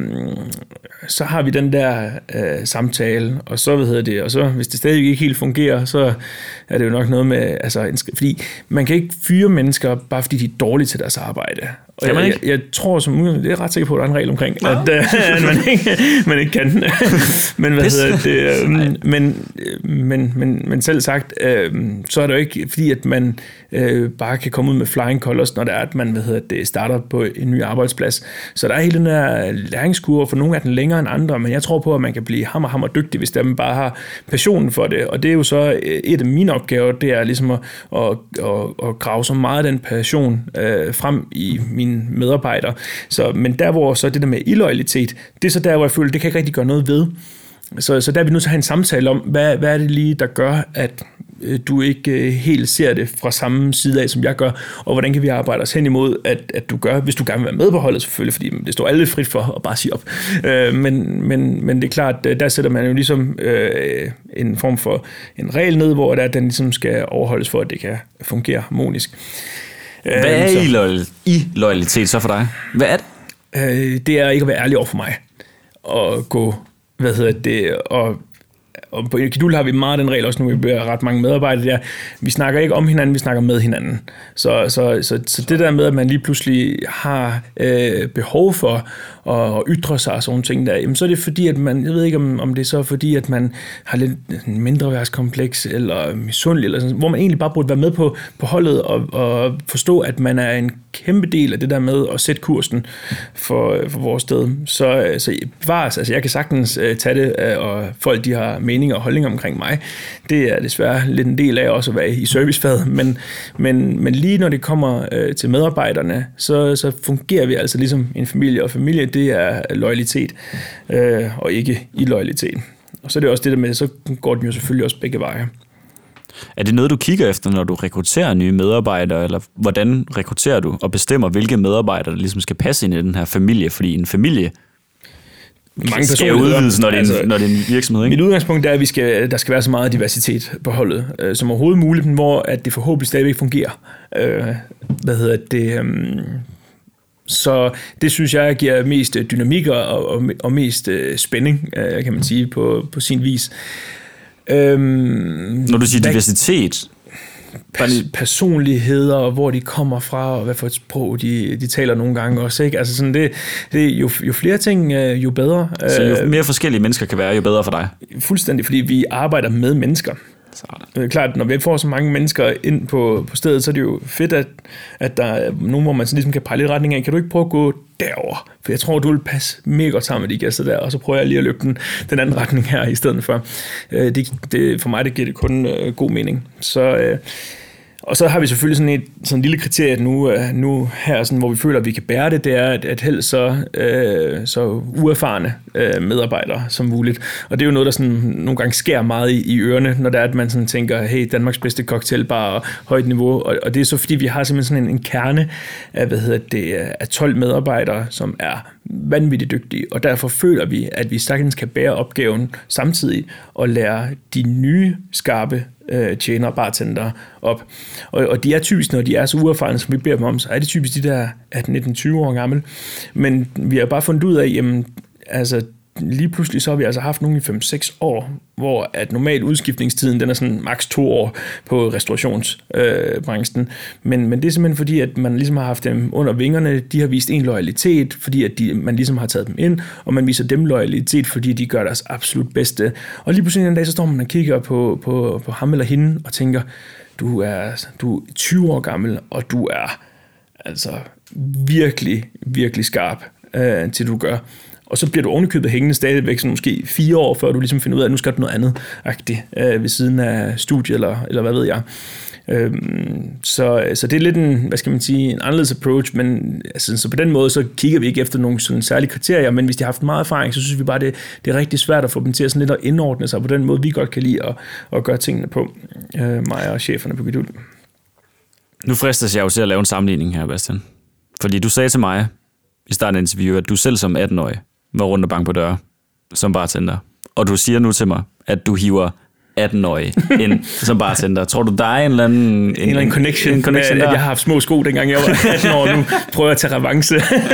så har vi den der øh, samtale, og så, hvad hedder det, og så, hvis det stadig ikke helt fungerer, så er det jo nok noget med, altså, en, fordi man kan ikke fyre mennesker, bare fordi de er dårlige til deres arbejde. Og kan man ikke? Jeg, jeg tror, som det er ret sikker på, at der er en regel omkring, ja. at, øh, at man, ikke, man ikke kan. men hvad hedder det, øh, men, men, men, men selv sagt, øh, så er det jo ikke, fordi at man øh, bare kan komme ud med flying colors, når det er, at man hvad hedder det, starter på en ny arbejdsplads. Så der er hele den her læringskurve, for nogle af den længere end andre, men jeg tror på, at man kan blive hammer, hammer dygtig, hvis der man bare har passionen for det. Og det er jo så et af mine opgaver, det er ligesom at, at, at, at grave så meget af den passion øh, frem i mine medarbejdere. Så, men der, hvor så det der med illoyalitet, det er så der, hvor jeg føler, det kan ikke rigtig gøre noget ved. Så, så der er vi nødt til at have en samtale om, hvad, hvad er det lige, der gør, at du ikke helt ser det fra samme side af, som jeg gør, og hvordan kan vi arbejde os hen imod, at, at du gør, hvis du gerne vil være med på holdet selvfølgelig, fordi det står alle frit for at bare sige op. Øh, men, men, men det er klart, der sætter man jo ligesom øh, en form for en regel ned, hvor der, den ligesom skal overholdes for, at det kan fungere harmonisk. Hvad er øh, så, i loyalitet så for dig? Hvad er det? Øh, det er ikke at være ærlig over for mig, og gå, hvad hedder det, og Og på Geduld har vi meget den regel, også nu vi bliver ret mange medarbejdere der. Vi snakker ikke om hinanden, vi snakker med hinanden. Så, så, så, så det der med, at man lige pludselig har øh, behov for at ytre sig og sådan ting der, jamen så er det fordi, at man, jeg ved ikke om, om det er så fordi, at man har lidt mindreværdskompleks eller misundelig, eller sådan, hvor man egentlig bare burde være med på, på holdet og, og forstå, at man er en kæmpe del af det der med at sætte kursen for, for vores sted. Så, så bevares, altså jeg kan sagtens uh, tage det, uh, og folk de har meninger og holdninger omkring mig. Det er desværre lidt en del af også at være i servicefaget, men, men, men lige når det kommer uh, til medarbejderne, så, så fungerer vi altså ligesom en familie, og familie det er loyalitet, uh, og ikke illoyalitet. Og så er det også det der med, så går den jo selvfølgelig også begge veje. Er det noget, du kigger efter, når du rekrutterer nye medarbejdere, eller hvordan rekrutterer du og bestemmer, hvilke medarbejdere, der ligesom skal passe ind i den her familie? Fordi en familie mange skal udvides, når det er en, altså, når det er en virksomhed, ikke? Mit udgangspunkt er, at vi skal, der skal være så meget diversitet på holdet, øh, som overhovedet muligt, men hvor at det forhåbentlig stadigvæk fungerer. Øh, hvad hedder det... Øh, Så det synes jeg giver mest dynamik og, og, og mest spænding, kan man sige, på, på sin vis. Øhm, Når du siger hvad, diversitet? Pers- personligheder, og hvor de kommer fra, og hvad for et sprog de, de taler nogle gange også. Ikke? Altså sådan det, det, jo, jo flere ting, jo bedre. Så jo mere forskellige mennesker kan være, jo bedre for dig? Fuldstændig, fordi vi arbejder med mennesker. Det er klart, når vi får så mange mennesker ind på, på stedet, så er det jo fedt, at, at der er nogen, hvor man så ligesom kan pege lidt retning af. Kan du ikke prøve at gå derover? For jeg tror, du vil passe mega godt sammen med de gæster der, og så prøver jeg lige at løbe den, den anden retning her i stedet for. Det, det, for mig det giver det kun uh, god mening. Så... Uh, Og så har vi selvfølgelig sådan et sådan en lille kriterie nu, nu her, sådan, hvor vi føler, at vi kan bære det, det er, at, at helst så, øh, så uerfarne øh, medarbejdere som muligt. Og det er jo noget, der sådan nogle gange sker meget i, i ørerne, når det er, at man sådan tænker, hey, Danmarks bedste cocktailbar og højt niveau. Og, og det er så, fordi vi har simpelthen sådan en, en kerne af, hvad hedder det, af tolv medarbejdere, som er vanvittigt dygtige, og derfor føler vi, at vi sagtens kan bære opgaven samtidig og lære de nye, skarpe øh, tjenere, bartendere op. Og, og de er typisk, når de er så uerfarne, som vi beder dem om, så er det typisk de der atten nitten tyve år gamle. Men vi har bare fundet ud af, jamen, altså, lige pludselig så har vi altså haft nogle i fem seks år, hvor at normal udskiftningstiden, den er sådan maks to år på restaurationsbranchen. Øh, men, men det er simpelthen fordi, at man ligesom har haft dem under vingerne, de har vist en loyalitet, fordi at de, man ligesom har taget dem ind, og man viser dem loyalitet, fordi de gør deres absolut bedste. Og lige pludselig en dag, så står man og kigger på, på, på ham eller hende, og tænker, du er, du er tyve år gammel, og du er altså virkelig, virkelig skarp øh, til du gør. Og så bliver du ovenikøbet hængende stadigvæk sådan måske fire år, før du ligesom finder ud af, at nu skal du noget andet agtigt, øh, ved siden af studie, eller, eller hvad ved jeg. Øhm, så, så det er lidt en, hvad skal man sige, en anderledes approach, men altså, så på den måde, så kigger vi ikke efter nogle sådan særlige kriterier, men hvis de har haft meget erfaring, så synes vi bare, det, det er rigtig svært at få dem til at, sådan lidt at indordne sig på den måde, vi godt kan lide at, at gøre tingene på, øh, mig og cheferne på Geduld. Nu fristes jeg jo til at lave en sammenligning her, Bastian. Fordi du sagde til mig i starten af interviewet, at du selv som atten-årig var rundt og banke på døre som bartender. Og du siger nu til mig, at du hiver atten-årige ind som bartender. Tror du, der er en eller anden... En, en eller anden connection, en connection med, at jeg har haft små sko, dengang jeg var atten år, nu prøver jeg at tage revanche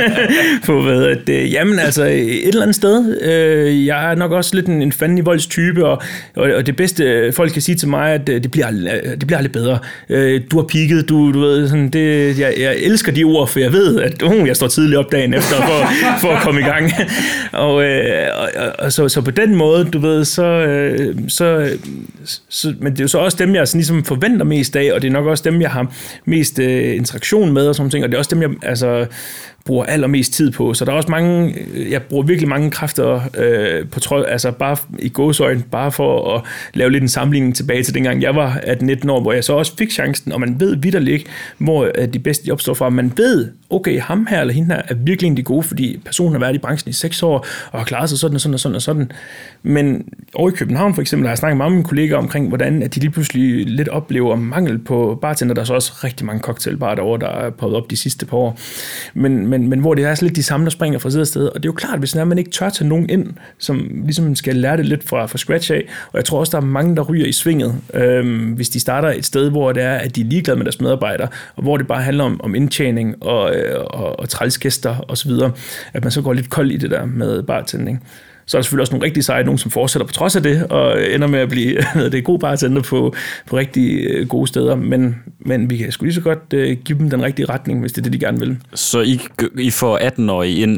på, hvad at, jamen altså, et eller andet sted. Øh, jeg er nok også lidt en, en fanden i voldstype, og, og, og det bedste, folk kan sige til mig, at det bliver, det bliver lidt bedre. Øh, du har peaked, du, du ved, sådan, det, jeg, jeg elsker de ord, for jeg ved, at uh, jeg står tidligt op dagen efter for, for at komme i gang. og, øh, og, og så, så på den måde, du ved, så... Øh, så Så, men det er jo så også dem, jeg sådan ligesom forventer mest af, og det er nok også dem, jeg har mest øh, interaktion med og sådan ting, og det er også dem, jeg altså, bruger allermest tid på. Så der er også mange, jeg bruger virkelig mange kræfter øh, på trøj, altså bare i gåseøjne, bare for at lave lidt en sammenligning tilbage til dengang jeg var atten nitten år, hvor jeg så også fik chancen, og man ved vitterligt, hvor de bedste job står fra. Man ved, okay, ham her eller hende her er virkelig en de gode, fordi personen har været i branchen i seks år, og har klaret sig sådan og sådan og sådan og sådan. Men over i København for eksempel, har jeg snakket med mine kollegaer omkring, hvordan at de lige pludselig lidt oplever mangel på bartender. Der er så også rigtig mange cocktailbarer derovre, der er poppet op de sidste par år. Men, men, men hvor det er så lidt de samme, der springer fra side og sted. Og det er jo klart, hvis man ikke tør tage nogen ind, som ligesom skal lære det lidt fra, fra scratch af. Og jeg tror også, der er mange, der ryger i svinget, øhm, hvis de starter et sted, hvor det er, at de er ligeglade med deres medarbejdere, og hvor det bare handler om, om indtjening og, og, og trælsgæster osv. At man så går lidt kold i det der med bartending. Så er der selvfølgelig også nogle rigtig seje, nogen som fortsætter på trods af det, og ender med at blive det gode bartender på, på rigtig gode steder. Men, men vi kan sgu lige så godt uh, give dem den rigtige retning, hvis det er det, de gerne vil. Så I, I får atten-årige ind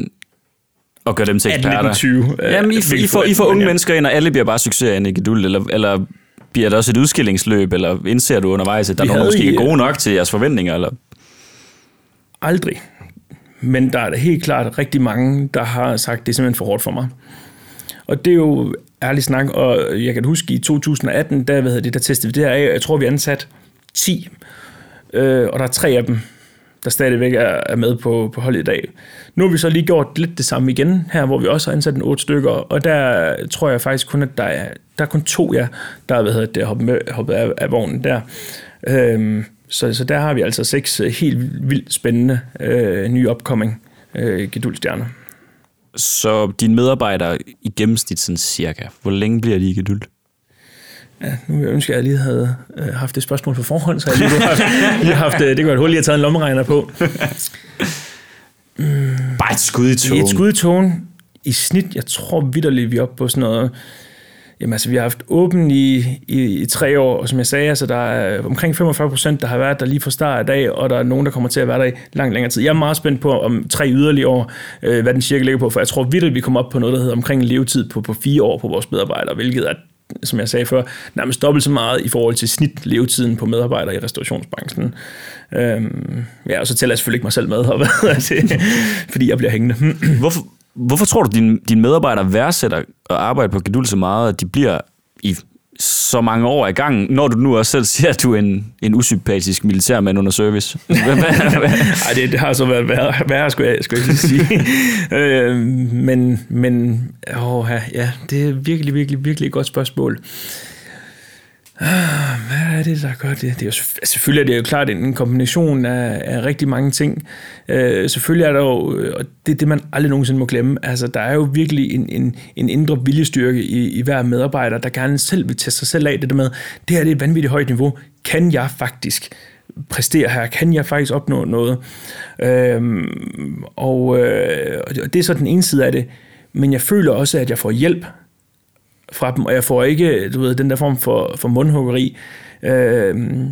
og gør dem til eksperter? atten nitten tyve. Jamen, I, I, får, I får unge ja. mennesker ind, og alle bliver bare succeser ind i Geduld, eller, eller bliver der også et udskillingsløb, eller indser du undervejs, at der er nogen, måske ikke er gode nok til jeres forventninger? Eller? Aldrig. Men der er da helt klart rigtig mange, der har sagt, det er simpelthen for hårdt for mig. Og det er jo ærlig snak, og jeg kan huske i to tusind atten, der, hvad hedder det, der testede vi det her af, jeg tror, vi ansat ti, øh, og der er tre af dem, der stadigvæk er med på, på holdet i dag. Nu har vi så lige gjort lidt det samme igen her, hvor vi også har ansat en otte stykker, og der tror jeg faktisk kun, at der er, der er kun to, ja, der er, hvad hedder det, hoppet, med, hoppet af, af vognen der. Øhm, så, så der har vi altså seks helt vildt spændende øh, nye upcoming øh, Geduld-stjerner. Så dine medarbejdere i gennemsnit sådan cirka, hvor længe bliver de i Geduld? Ja, nu vil jeg ønske, at jeg lige havde øh, haft det spørgsmål på forhånd, så jeg lige havde haft, lige haft det kunne et hul, jeg har taget en lommeregner på. Mm. Bare et skud i tågen. Et skud i tågen. I snit, jeg tror vitterligt, vi er oppe på sådan noget. Jamen altså, vi har haft åben i, i, i tre år, og som jeg sagde, altså, der er omkring femogfyrre procent, der har været der lige fra start af dag, og der er nogen, der kommer til at være der i lang længere tid. Jeg er meget spændt på om tre yderligere år, øh, hvad den cirka ligger på, for jeg tror vitterligt, vi kommer op på noget, der hedder omkring en levetid på, på fire år på vores medarbejdere, hvilket er, som jeg sagde før, nærmest dobbelt så meget i forhold til snit levetiden på medarbejdere i restaurationsbranchen. Øhm, ja, og så tæller jeg selvfølgelig ikke mig selv med, fordi jeg bliver hængende. Hvorfor, hvorfor tror du, dine, dine medarbejdere værdsætter at arbejde på Geduld så meget, at de bliver i så mange år i gang, når du nu også selv siger, at du er en, en usympatisk militærmand under service? Ej, det, det har så været værre, værre skulle jeg, skulle jeg sige. øh, men, men åh, ja, det er virkelig, virkelig, virkelig et godt spørgsmål. Hvad er det, der gør det? Det er jo, selvfølgelig er det jo klart en kombination af, af rigtig mange ting. Øh, selvfølgelig er der jo, og det er det, man aldrig nogensinde må glemme, altså der er jo virkelig en, en, en indre viljestyrke i, i hver medarbejder, der gerne selv vil teste sig selv af det der med, det her det er et vanvittigt højt niveau. Kan jeg faktisk præstere her? Kan jeg faktisk opnå noget? Øh, og, øh, og det er så den ene side af det, men jeg føler også, at jeg får hjælp fra dem, og jeg får ikke, du ved, den der form for, for mundhuggeri. Øh,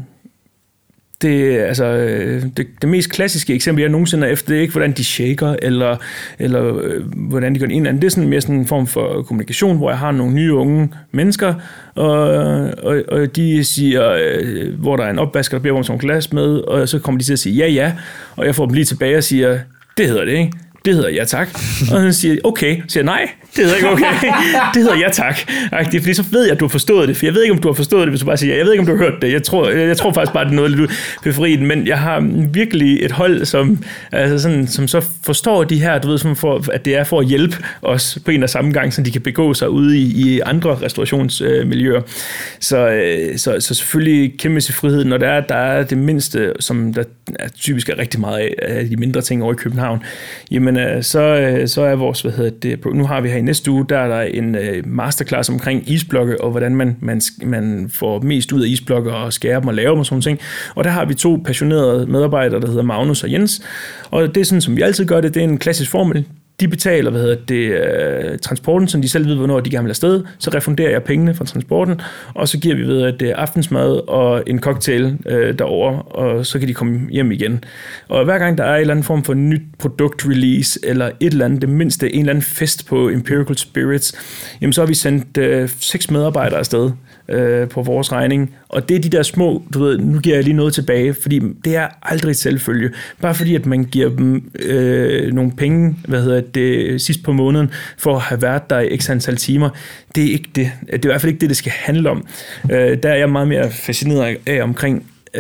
det, altså, det, det mest klassiske eksempel, jeg nogensinde er efter, det er ikke, hvordan de shaker, eller, eller øh, hvordan de gør en eller anden. Det er sådan mere sådan en form for kommunikation, hvor jeg har nogle nye unge mennesker, og, og, og de siger, øh, hvor der er en opvasker, der bliver som glas med, og så kommer de til at sige ja, ja, og jeg får dem lige tilbage og siger, det hedder det, ikke? Det hedder ja tak. Og han siger, okay. Så siger nej, det hedder ikke okay. Det hedder ja tak. Fordi så ved jeg, at du har forstået det. For jeg ved ikke, om du har forstået det, hvis du bare siger, jeg ved ikke, om du har hørt det. Jeg tror, jeg tror faktisk bare, det er noget lidt befriet. Men jeg har virkelig et hold, som, altså sådan, som så forstår de her, du ved, som for, at det er for at hjælpe os på en og samme gang, så de kan begå sig ude i, i andre restaurationsmiljøer. Så, så, så selvfølgelig kæmpe sig frihed, når der er, der er det mindste, som der er typisk er rigtig meget af de mindre ting over i København. Jamen, så, så er vores, hvad hedder det, nu har vi her i næste uge, der er der en masterclass omkring isblokke, og hvordan man, man, man får mest ud af isblokke og skære dem og lave dem og sådan ting. Og der har vi to passionerede medarbejdere, der hedder Magnus og Jens. Og det er sådan, som vi altid gør det, det er en klassisk formel. De betaler, hvad hedder det, øh, transporten, så de selv ved, hvornår de gerne vil afsted. Så refunderer jeg pengene fra transporten, og så giver vi ved, at det er aftensmad og en cocktail øh, derover, og så kan de komme hjem igen. Og hver gang der er en eller anden form for nyt produkt-release, eller et eller andet, det mindste, en eller anden fest på Empirical Spirits, jamen så har vi sendt øh, seks medarbejdere afsted øh, på vores regning. Og det er de der små, du ved, nu giver jeg lige noget tilbage, fordi det er aldrig et selvfølge. Bare fordi, at man giver dem øh, nogle penge, hvad hedder det, sidst på måneden, for at have været der i x antal timer. Det er ikke det. Det er i hvert fald ikke det, det skal handle om. Øh, der er jeg meget mere fascineret af omkring,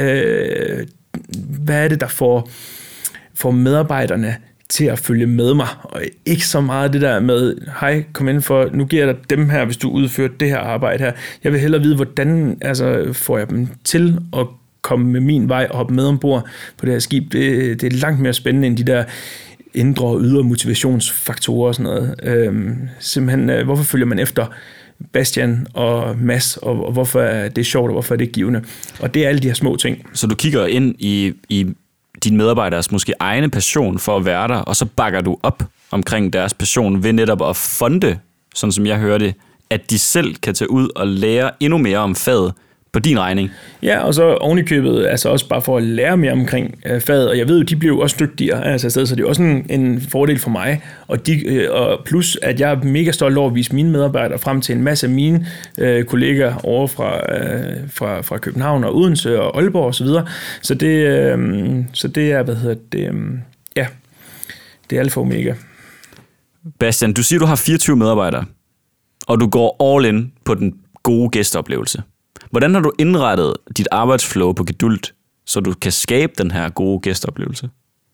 øh, hvad er det, der får, får medarbejderne til at følge med mig, og ikke så meget det der med, hej, kom ind for, nu giver jeg dig dem her, hvis du udfører det her arbejde her. Jeg vil hellere vide, hvordan altså, får jeg dem til at komme med min vej og hoppe med ombord på det her skib. Det, det er langt mere spændende end de der indre og ydre motivationsfaktorer og sådan noget. Øhm, simpelthen, øh, hvorfor følger man efter Bastian og Mads, og, og hvorfor er det sjovt, og hvorfor er det givende? Og det er alle de her små ting. Så du kigger ind i, i dine medarbejderes måske egne passion for at være der, og så bakker du op omkring deres passion ved netop at fonde, sådan som jeg hører det, at de selv kan tage ud og lære endnu mere om faget på din regning. Ja, og så oven i købet, altså også bare for at lære mere omkring øh, faget, og jeg ved jo, de bliver jo også dygtigere altså afsted, så det er også en, en fordel for mig, og, de, øh, og plus, at jeg er mega stolt over at vise mine medarbejdere frem til en masse af mine øh, kollegaer over fra, øh, fra, fra København og Odense og Aalborg og så videre, så det, øh, så det er, hvad hedder det, øh, ja, det er alfa og omega. Bastian, du siger, du har fireogtyve medarbejdere, og du går all in på den gode gæsteoplevelse. Hvordan har du indrettet dit arbejdsflow på Gedult, så du kan skabe den her gode gæsteoplevelse?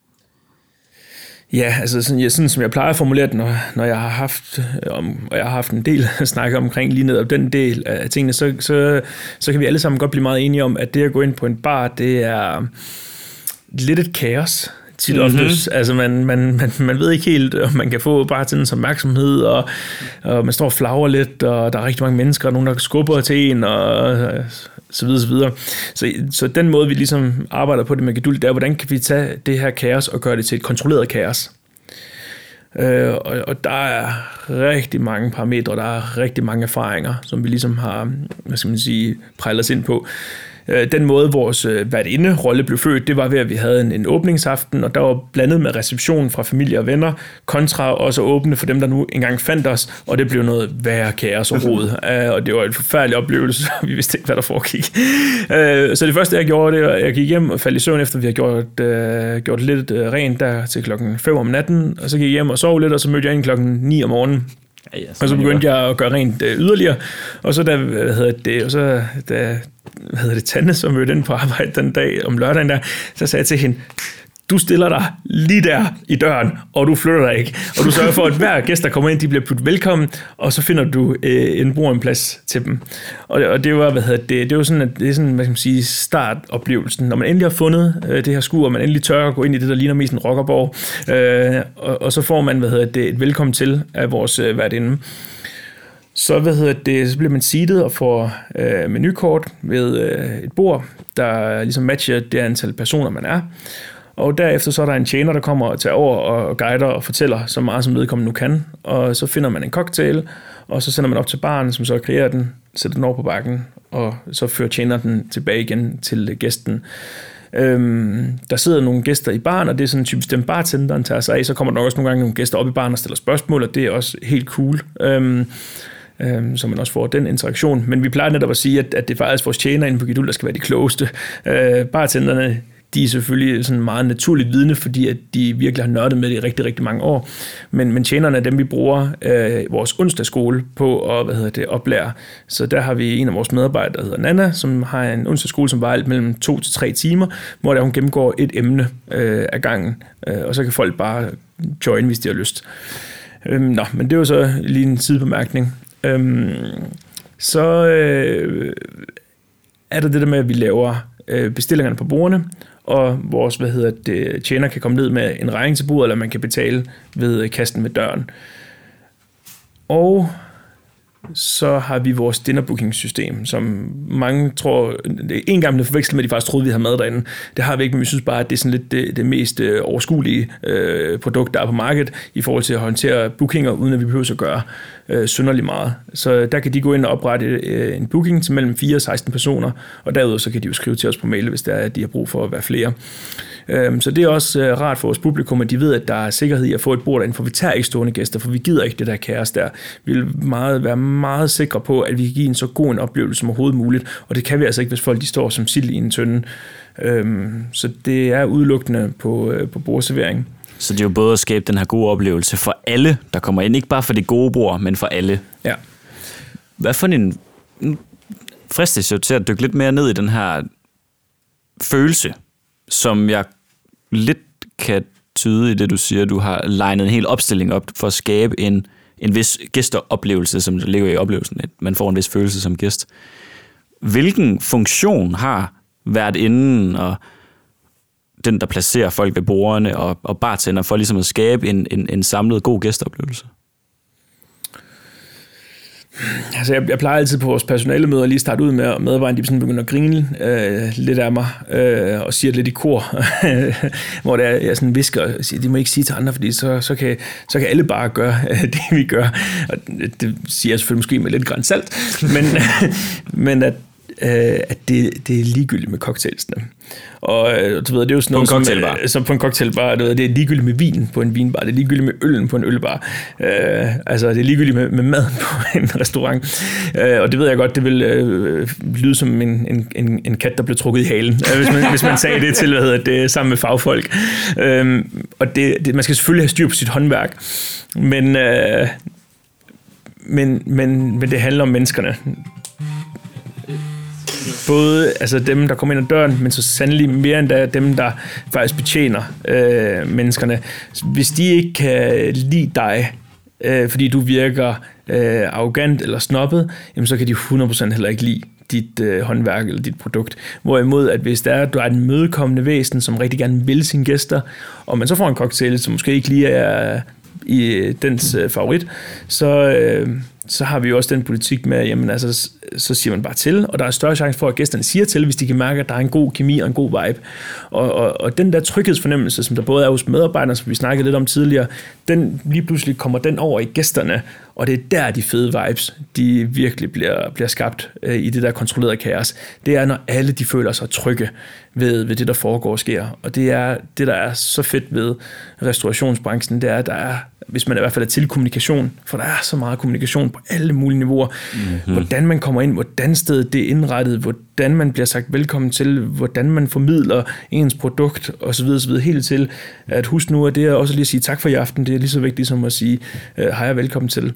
Ja, altså sådan, ja, sådan som jeg plejer at formulere det, når, når jeg har haft, om, og jeg har haft en del at snakke omkring lige netop den del af tingene, så, så, så kan vi alle sammen godt blive meget enige om, at det at gå ind på en bar, det er lidt et kaos. Mm-hmm. Altså man, man, man, man ved ikke helt, om man kan få bartenders opmærksomhed, og, og man står og flagrer lidt, og der er rigtig mange mennesker, og nogen, der skubber til en, og så videre, så videre. Så, så den måde, vi ligesom arbejder på det med Gedult, det er, hvordan kan vi tage det her kaos og gøre det til et kontrolleret kaos? Øh, og, og der er rigtig mange parametre, der er rigtig mange erfaringer, som vi ligesom har, hvad skal man sige, prejlet os ind på. Den måde, vores værtinde-rolle blev født, det var ved, at vi havde en, en åbningsaften, og der var blandet med reception fra familie og venner, kontra også at åbne for dem, der nu engang fandt os, og det blev noget værre kaos og rod. Og det var en forfærdelig oplevelse, vi vidste ikke, hvad der foregik. Så det første, jeg gjorde, det var, at jeg gik hjem og faldt i søvn, efter vi havde gjort, uh, gjort lidt rent der til klokken fem om natten, og så gik jeg hjem og sov lidt, og så mødte jeg ind klokken ni om morgenen. Ja, ja, og så begyndte jeg at gøre rent øh, yderligere, og så da, hvad hedder det, og så da, hvad hedder det, Tanne, som mødte ind på arbejde den dag om lørdagen der, så sagde jeg til hende, du stiller dig lige der i døren, og du flytter dig ikke, og du sørger for, at hver gæst, der kommer ind, de bliver puttet velkommen, og så finder du øh, en bruger en plads til dem. Og, og det var, hvad hedder det, det var sådan, at det er sådan, hvad skal man sige, startoplevelsen. Når man endelig har fundet øh, det her skur, og man endelig tør at gå ind i det, der ligner mest en rockerborg, øh, og, og så får man, hvad hedder det, et velkommen til af vores øh, værtinde. Så, hvad hedder det, så bliver man seedet og får øh, menukort ved øh, et bord, der ligesom matcher det antal personer, man er. Og derefter så er der en tjener, der kommer og tager over og guider og fortæller så meget, som vedkommende nu kan. Og så finder man en cocktail, og så sender man op til baren, som så kreerer den, sætter den over på bakken, og så fører tjener den tilbage igen til gæsten. Øhm, der sidder nogle gæster i baren, og det er sådan typisk dem bartenderen tager sig af. Så kommer der også nogle gange nogle gæster op i baren og stiller spørgsmål, og det er også helt cool. Øhm, Øhm, så man også får den interaktion. Men vi plejer netop at sige, at, at det er faktisk vores tjener inde på Gedult, der skal være de klogeste. Øh, bartenderne, de er selvfølgelig sådan meget naturligt vidne, fordi at de virkelig har nørdet med det i rigtig, rigtig mange år. Men, men tjenerne er dem, vi bruger øh, vores onsdagsskole på at hvad hedder det, oplære. Så der har vi en af vores medarbejdere, der hedder Nana, som har en onsdagsskole, som var alt mellem to til tre timer, hvor der hun gennemgår et emne øh, ad gangen. Øh, og så kan folk bare join, hvis de har lyst. Øh, nå, men det er jo så lige en sidebemærkning. Øhm, så øh, er der det der med, at vi laver øh, bestillingerne på bordene, og vores hvad hedder det, tjener kan komme ned med en regning til bordet, eller man kan betale ved kassen med døren. Og så har vi vores dinnerbooking-system, som mange tror, en gang blev forvekslet med, at de faktisk troede, vi havde mad derinde. Det har vi ikke, men vi synes bare, at det er sådan lidt det, det mest øh, overskuelige øh, produkt, der er på markedet, i forhold til at håndtere bookinger, uden at vi behøver at gøre øh, synderligt meget. Så der kan de gå ind og oprette øh, en booking til mellem fire og seksten personer, og derudover så kan de jo skrive til os på mail, hvis der er, at de har brug for at være flere. Så det er også rart for vores publikum, at de ved, at der er sikkerhed i at få et bord derinde, for vi tager ikke stående gæster, for vi gider ikke det der kaos der. Vi vil meget, være meget sikre på, at vi kan give en så god en oplevelse som overhovedet muligt, og det kan vi altså ikke, hvis folk de står som sild i en tønde. Så det er udelukkende på, på bordservering. Så det er jo både at skabe den her gode oplevelse for alle, der kommer ind, ikke bare for det gode bord, men for alle. Ja. Hvad for en... Fristes jo til at dykke lidt mere ned i den her følelse, som jeg lidt kan tyde i det, du siger. Du har legnet en hel opstilling op for at skabe en, en vis gæsteoplevelse, som der ligger i oplevelsen. Man får en vis følelse som gæst. Hvilken funktion har værtinden og den, der placerer folk ved bordene og, og bartender, for ligesom at skabe en, en, en samlet god gæsteoplevelse? Altså jeg, jeg plejer altid på vores personalemøder lige starte ud med, at medarbejderne de sådan begynder at grine øh, lidt af mig øh, og siger lidt i kor, hvor det er, jeg sådan visker og siger, de må ikke sige til andre, fordi så, så, kan, så kan alle bare gøre øh, det, vi gør. Og det, det siger jeg selvfølgelig måske med lidt gran salt, men, men at, øh, at det, det er ligegyldigt med cocktailsene. Og du ved, det er jo sådan noget, på en cocktailbar. Som, som på en cocktailbar, du ved, det er ligegyldigt med vin på en vinbar, det er ligegyldigt med øllen på en ølbar. Øh, altså, det er ligegyldigt med, med maden på en restaurant. Øh, og det ved jeg godt, det vil øh, lyde som en, en, en, en kat, der blev trukket i halen, øh, hvis, man, hvis man sagde det til, hvad hedder det, sammen med fagfolk. Øh, og det, det, man skal selvfølgelig have styr på sit håndværk, men, øh, men, men, men det handler om menneskerne. Både altså dem, der kommer ind ad døren, men så sandelig mere end der, dem, der faktisk betjener øh, menneskerne. Hvis de ikke kan lide dig, øh, fordi du virker øh, arrogant eller snobbet, jamen, så kan de hundrede procent heller ikke lide dit øh, håndværk eller dit produkt. Hvorimod, at hvis der er, du er et mødekommende væsen, som rigtig gerne vil sine gæster, og man så får en cocktail, som måske ikke lige er i dens øh, favorit, så... Øh, så har vi jo også den politik med, jamen altså, så siger man bare til, og der er større chance for, at gæsterne siger til, hvis de kan mærke, at der er en god kemi og en god vibe. Og, og, og den der tryghedsfornemmelse, som der både er hos medarbejderne, som vi snakkede lidt om tidligere, den lige pludselig kommer den over i gæsterne, og det er der, de fede vibes, de virkelig bliver, bliver skabt øh, i det der kontrollerede kaos. Det er, når alle de føler sig trygge ved, ved det, der foregår og sker. Og det er det, der er så fedt ved restaurationsbranchen, det er, at der er, hvis man i hvert fald er til kommunikation, for der er så meget kommunikation på alle mulige niveauer. Mm-hmm. Hvordan man kommer ind, hvordan stedet det er indrettet, hvordan man bliver sagt velkommen til, hvordan man formidler ens produkt osv. osv. Helt til at husk nu, at det er også lige at sige tak for i aften, det er lige så vigtigt som at sige hej og velkommen til.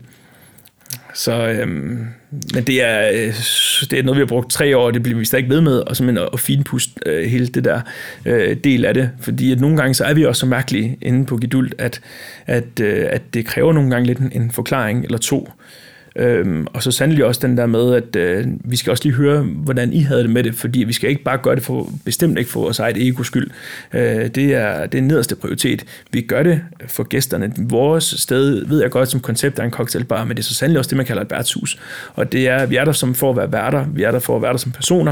Så, øhm, men det er, øh, det er noget, vi har brugt tre år, det bliver vi stadig ikke ved med, og simpelthen at finpuste øh, hele det der øh, del af det, fordi at nogle gange så er vi også så mærkelige inde på Gedult, at, at, øh, at det kræver nogle gange lidt en, en forklaring eller to. Øhm, og så sandelig også den der med, at øh, vi skal også lige høre, hvordan I havde det med det, fordi vi skal ikke bare gøre det for, bestemt ikke for vores eget egos skyld. Øh, det er det er nederste prioritet. Vi gør det for gæsterne. Vores sted, ved jeg godt, som koncept er en cocktailbar, men det er så sandelig også det, man kalder et værtshus. Og det er, vi er der som for at være værter, vi er der for at være der som personer,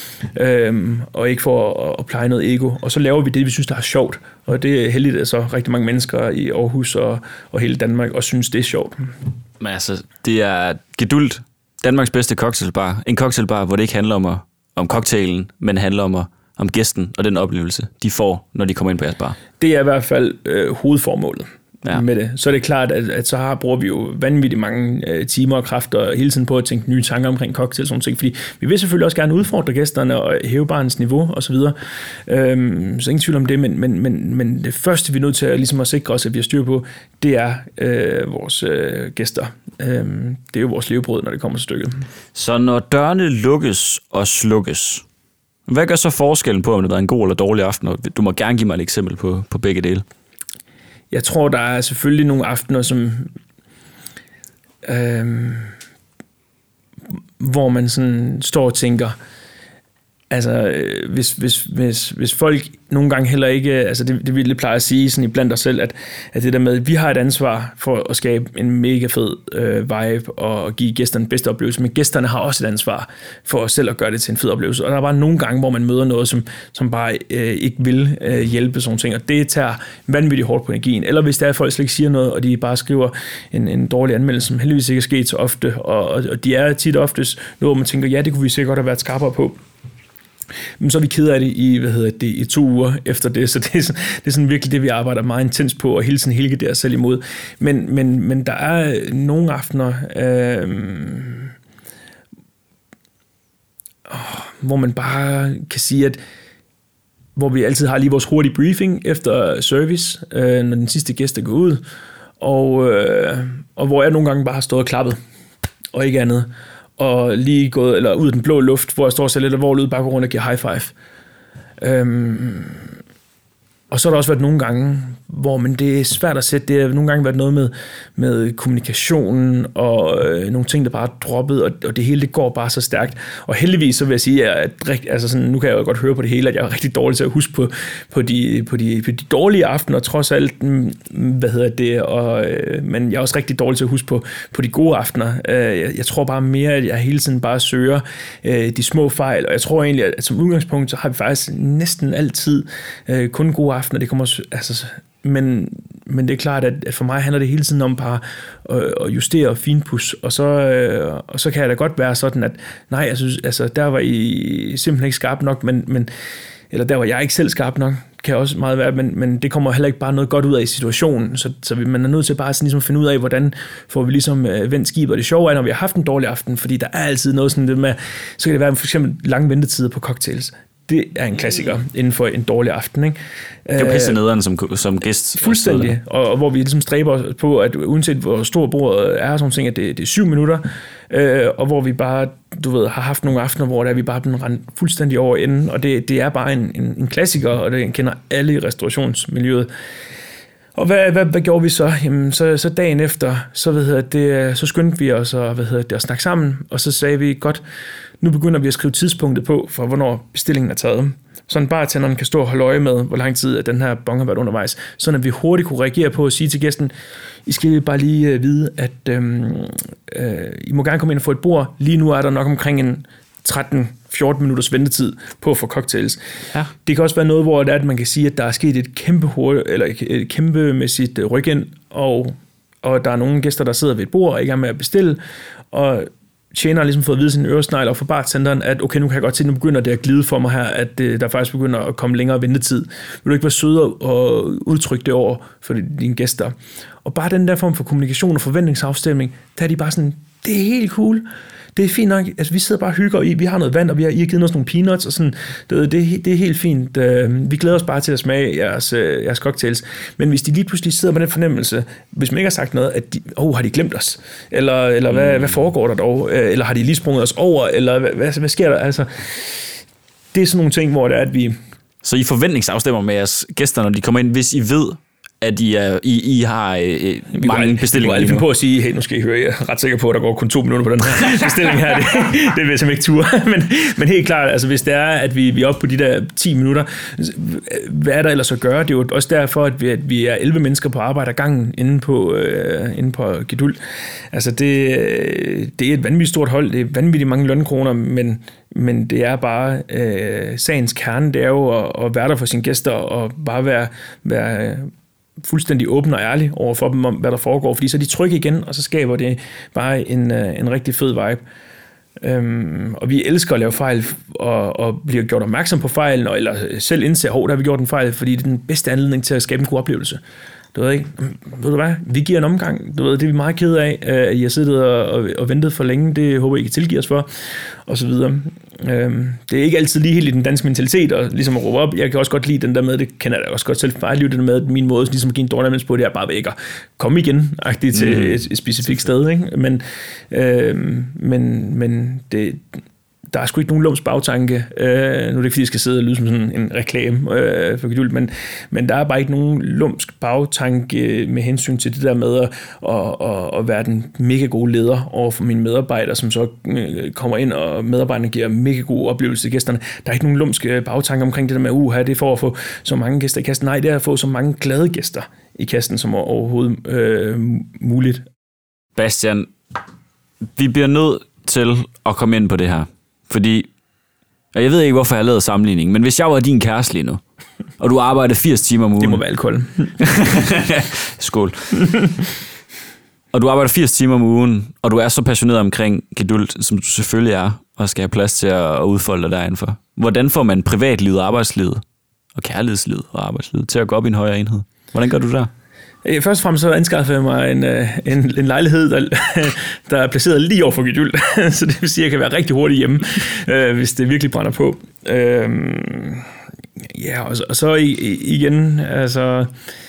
øhm, og ikke for at, at pleje noget ego. Og så laver vi det, vi synes, der er sjovt. Og det er heldigt, at så rigtig mange mennesker i Aarhus og, og hele Danmark også synes, det er sjovt. Men altså, det er Gedult, Danmarks bedste cocktailbar. En cocktailbar, hvor det ikke handler om, at, om cocktailen, men handler om, at, om gæsten og den oplevelse, de får, når de kommer ind på jeres bar. Det er i hvert fald øh, hovedformålet. Ja. Med det. Så er det klart, at, at så har, bruger vi jo vanvittigt mange øh, timer og kræfter hele tiden på at tænke nye tanker omkring cocktails og sådan ting, fordi vi vil selvfølgelig også gerne udfordre gæsterne og hæve barens niveau og så videre. Øhm, så ingen tvivl om det, men, men, men, men det første, vi er nødt til at, ligesom at sikre os, at vi har styr på, det er øh, vores øh, gæster. Øhm, det er jo vores levebrød, når det kommer til stykket. Så når dørene lukkes og slukkes, hvad gør så forskellen på, om det er en god eller dårlig aften? Du må gerne give mig et eksempel på, på begge dele. Jeg tror, der er selvfølgelig nogle aftener, som, øhm, hvor man sådan står og tænker, altså hvis, hvis, hvis, hvis folk nogle gange heller ikke, altså det, det vi lidt plejer at sige sådan iblandt os selv, at, at det der med, at vi har et ansvar for at skabe en mega fed øh, vibe og give gæsterne den bedste oplevelse, men gæsterne har også et ansvar for os selv at gøre det til en fed oplevelse. Og der er bare nogle gange, hvor man møder noget, som, som bare øh, ikke vil øh, hjælpe sådan ting, og det tager vanvittigt hårdt på energien. Eller hvis der er folk slet ikke siger noget, og de bare skriver en, en dårlig anmeldelse, som heldigvis ikke er sket så ofte, og, og, og de er tit oftest noget, hvor man tænker, ja, det kunne vi sikkert have været skarpere på. Men så er vi ked af det i, hvad hedder det, i to uger efter det, så det er, sådan, det er sådan virkelig det, vi arbejder meget intens på, og hele tiden helgardere os selv imod. Men, men, men der er nogle aftener, øh, hvor man bare kan sige, at hvor vi altid har lige vores hurtige briefing efter service, øh, når den sidste gæst er gået ud, og, øh, og hvor jeg nogle gange bare har stået og klappet, og ikke andet. Og lige gået eller ud af den blå luft, hvor jeg står og ser lidt alvorligt ud, bare går rundt og giver high five. Øhm, og så har der også været nogle gange, hvor men det er svært at sætte. Det har nogle gange været noget med, med kommunikationen og øh, nogle ting, der bare er droppet, og, og det hele det går bare så stærkt. Og heldigvis så vil jeg sige, at altså sådan, nu kan jeg jo godt høre på det hele, at jeg er rigtig dårlig til at huske på, på, de, på, de, på de dårlige aftener, trods alt, hvad hedder det, og, øh, men jeg er også rigtig dårlig til at huske på, på de gode aftener. Øh, jeg, jeg tror bare mere, at jeg hele tiden bare søger øh, de små fejl, og jeg tror egentlig, at som udgangspunkt, så har vi faktisk næsten altid øh, kun gode aftener. Det kommer altså men, men det er klart, at, at for mig handler det hele tiden om bare at, at justere og finpudse, og så, øh, og så kan det da godt være sådan, at nej, jeg synes, altså, der var I simpelthen ikke skarp nok, men, men, eller der var jeg ikke selv skarp nok, kan også meget være, men, men det kommer heller ikke bare noget godt ud af i situationen, så, så man er nødt til bare sådan ligesom at finde ud af, hvordan får vi ligesom øh, vendt skibet, og det sjove er, når vi har haft en dårlig aften, fordi der er altid noget sådan det med, så kan det være for eksempel lange ventetider på cocktails. Det er en klassiker inden for en dårlig aften. Ikke? Det er jo pisse nederen som, som gæst. Fuldstændig, og, og hvor vi ligesom stræber på, at uanset hvor stor bordet er, sådan ting, at det, det er syv minutter, øh, og hvor vi bare, du ved, har haft nogle aftener, hvor der vi bare er blevet rendt fuldstændig over enden, og det, det er bare en, en, en klassiker, og det kender alle i restaurationsmiljøet. Og hvad, hvad, hvad gjorde vi så? Jamen, så, så dagen efter, så, hvad hedder det, så skyndte vi os og, hvad hedder det, at snakke sammen, og så sagde vi, godt, nu begynder vi at skrive tidspunktet på, for hvornår bestillingen er taget. Sådan bartenderen kan stå og holde øje med, hvor lang tid at den her bon har været undervejs, sådan at vi hurtigt kunne reagere på at sige til gæsten, I skal bare lige uh, vide, at øhm, øh, I må gerne komme ind og få et bord. Lige nu er der nok omkring en tretten fjorten minutters ventetid på at få cocktails. Ja. Det kan også være noget, hvor det er, at man kan sige, at der er sket et kæmpe hurtigt, eller et kæmpemæssigt ryk ind, og, og der er nogle gæster, der sidder ved et bord og er i gang med at bestille, og tjeneren har ligesom fået at vide sin øresnegl og fra bartenderen, at okay, nu kan jeg godt se, nu begynder det at glide for mig her, at der faktisk begynder at komme længere ventetid. Vil du ikke være sød og udtrykke det over for dine gæster? Og bare den der form for kommunikation og forventningsafstemning, der er de bare sådan, det er helt cool. Det er fint nok, altså vi sidder bare og hygger, I, vi har noget vand, og vi har, I har givet os nogle peanuts, og sådan, det, det, det er helt fint. Vi glæder os bare til at smage jeres, jeres cocktails. Men hvis de lige pludselig sidder med den fornemmelse, hvis man ikke har sagt noget, at de, oh, har de glemt os? Eller, eller hvad, mm. hvad foregår der dog? Eller har de lige sprunget os over? Eller hvad, hvad, hvad sker der? Altså, det er sådan nogle ting, hvor det er, at vi... Så I forventningsafstemmer med jeres gæster, når de kommer ind, hvis I ved, at I, er, I, I har øh, mange bestillinger. Jeg vil på at sige, hey, nu skal I høre, jeg er ret sikker på, at der går kun to minutter på den her bestilling her. Det, det vil jeg simpelthen ikke ture. Men, men helt klart, altså, hvis det er, at vi, vi er oppe på de der ti minutter, hvad er der ellers at gøre? Det er jo også derfor, at vi, at vi er elleve mennesker på arbejde ad gangen inde på, øh, inde på Geduld. Altså, det, det er et vanvittigt stort hold. Det er vanvittigt mange lønkroner, men, men det er bare øh, sagens kerne. Det er jo at, at være der for sine gæster og bare være... være fuldstændig åben og ærlig over for dem om, hvad der foregår, fordi så er de trygge igen, og så skaber det bare en, en rigtig fed vibe. Øhm, og vi elsker at lave fejl, og, og bliver gjort opmærksom på fejlen, og, eller selv indser, at der har vi gjort en fejl, fordi det er den bedste anledning til at skabe en god oplevelse. Du ved ikke, ved du hvad, vi giver en omgang, du ved, det er vi meget kede af, at I har siddet og, og, og ventet for længe, det håber I kan tilgive os for, og så videre. Øhm, det er ikke altid lige helt i den danske mentalitet, og ligesom at råbe op, jeg kan også godt lide den der med, det kender jeg også godt selv for liv, det med, at min måde ligesom at give en dårlig anmeldelse på, det er bare væk og komme igen, agtigt til mm. et, et specifikt sted, ikke? Men, øhm, men, men det... Der er sgu ikke nogen lums bagtanke. Øh, nu er det ikke, fordi jeg skal sidde og lyde som sådan en reklame øh, for Geduld, men, men der er bare ikke nogen lumsk bagtanke med hensyn til det der med at, at, at, at være den mega gode leder over for mine medarbejdere, som så øh, kommer ind, og medarbejderne giver mega gode oplevelser til gæsterne. Der er ikke nogen lumsk bagtanke omkring det der med, uha, det er for at få så mange gæster i kassen. Nej, det er at få så mange glade gæster i kassen som overhovedet øh, muligt. Bastian, vi bliver nødt til at komme ind på det her. Fordi, og jeg ved ikke, hvorfor jeg har lavet sammenligning, men hvis jeg var din kæreste lige nu, og du arbejder firs timer om ugen... Det må være alkohol. Skål. Og du arbejder firs timer om ugen, og du er så passioneret omkring Geduld, som du selvfølgelig er, og skal have plads til at udfolde dig derindenfor. Hvordan får man privatlivet, arbejdslivet, og kærlighedslivet og arbejdslivet til at gå op i en højere enhed? Hvordan gør du der? Først og fremmest så anskaffede jeg mig en, en, en lejlighed, der, der er placeret lige over for Geduld, så det vil sige, at jeg kan være rigtig hurtigt hjemme, øh, hvis det virkelig brænder på. Øh, ja, og så, og så igen, altså...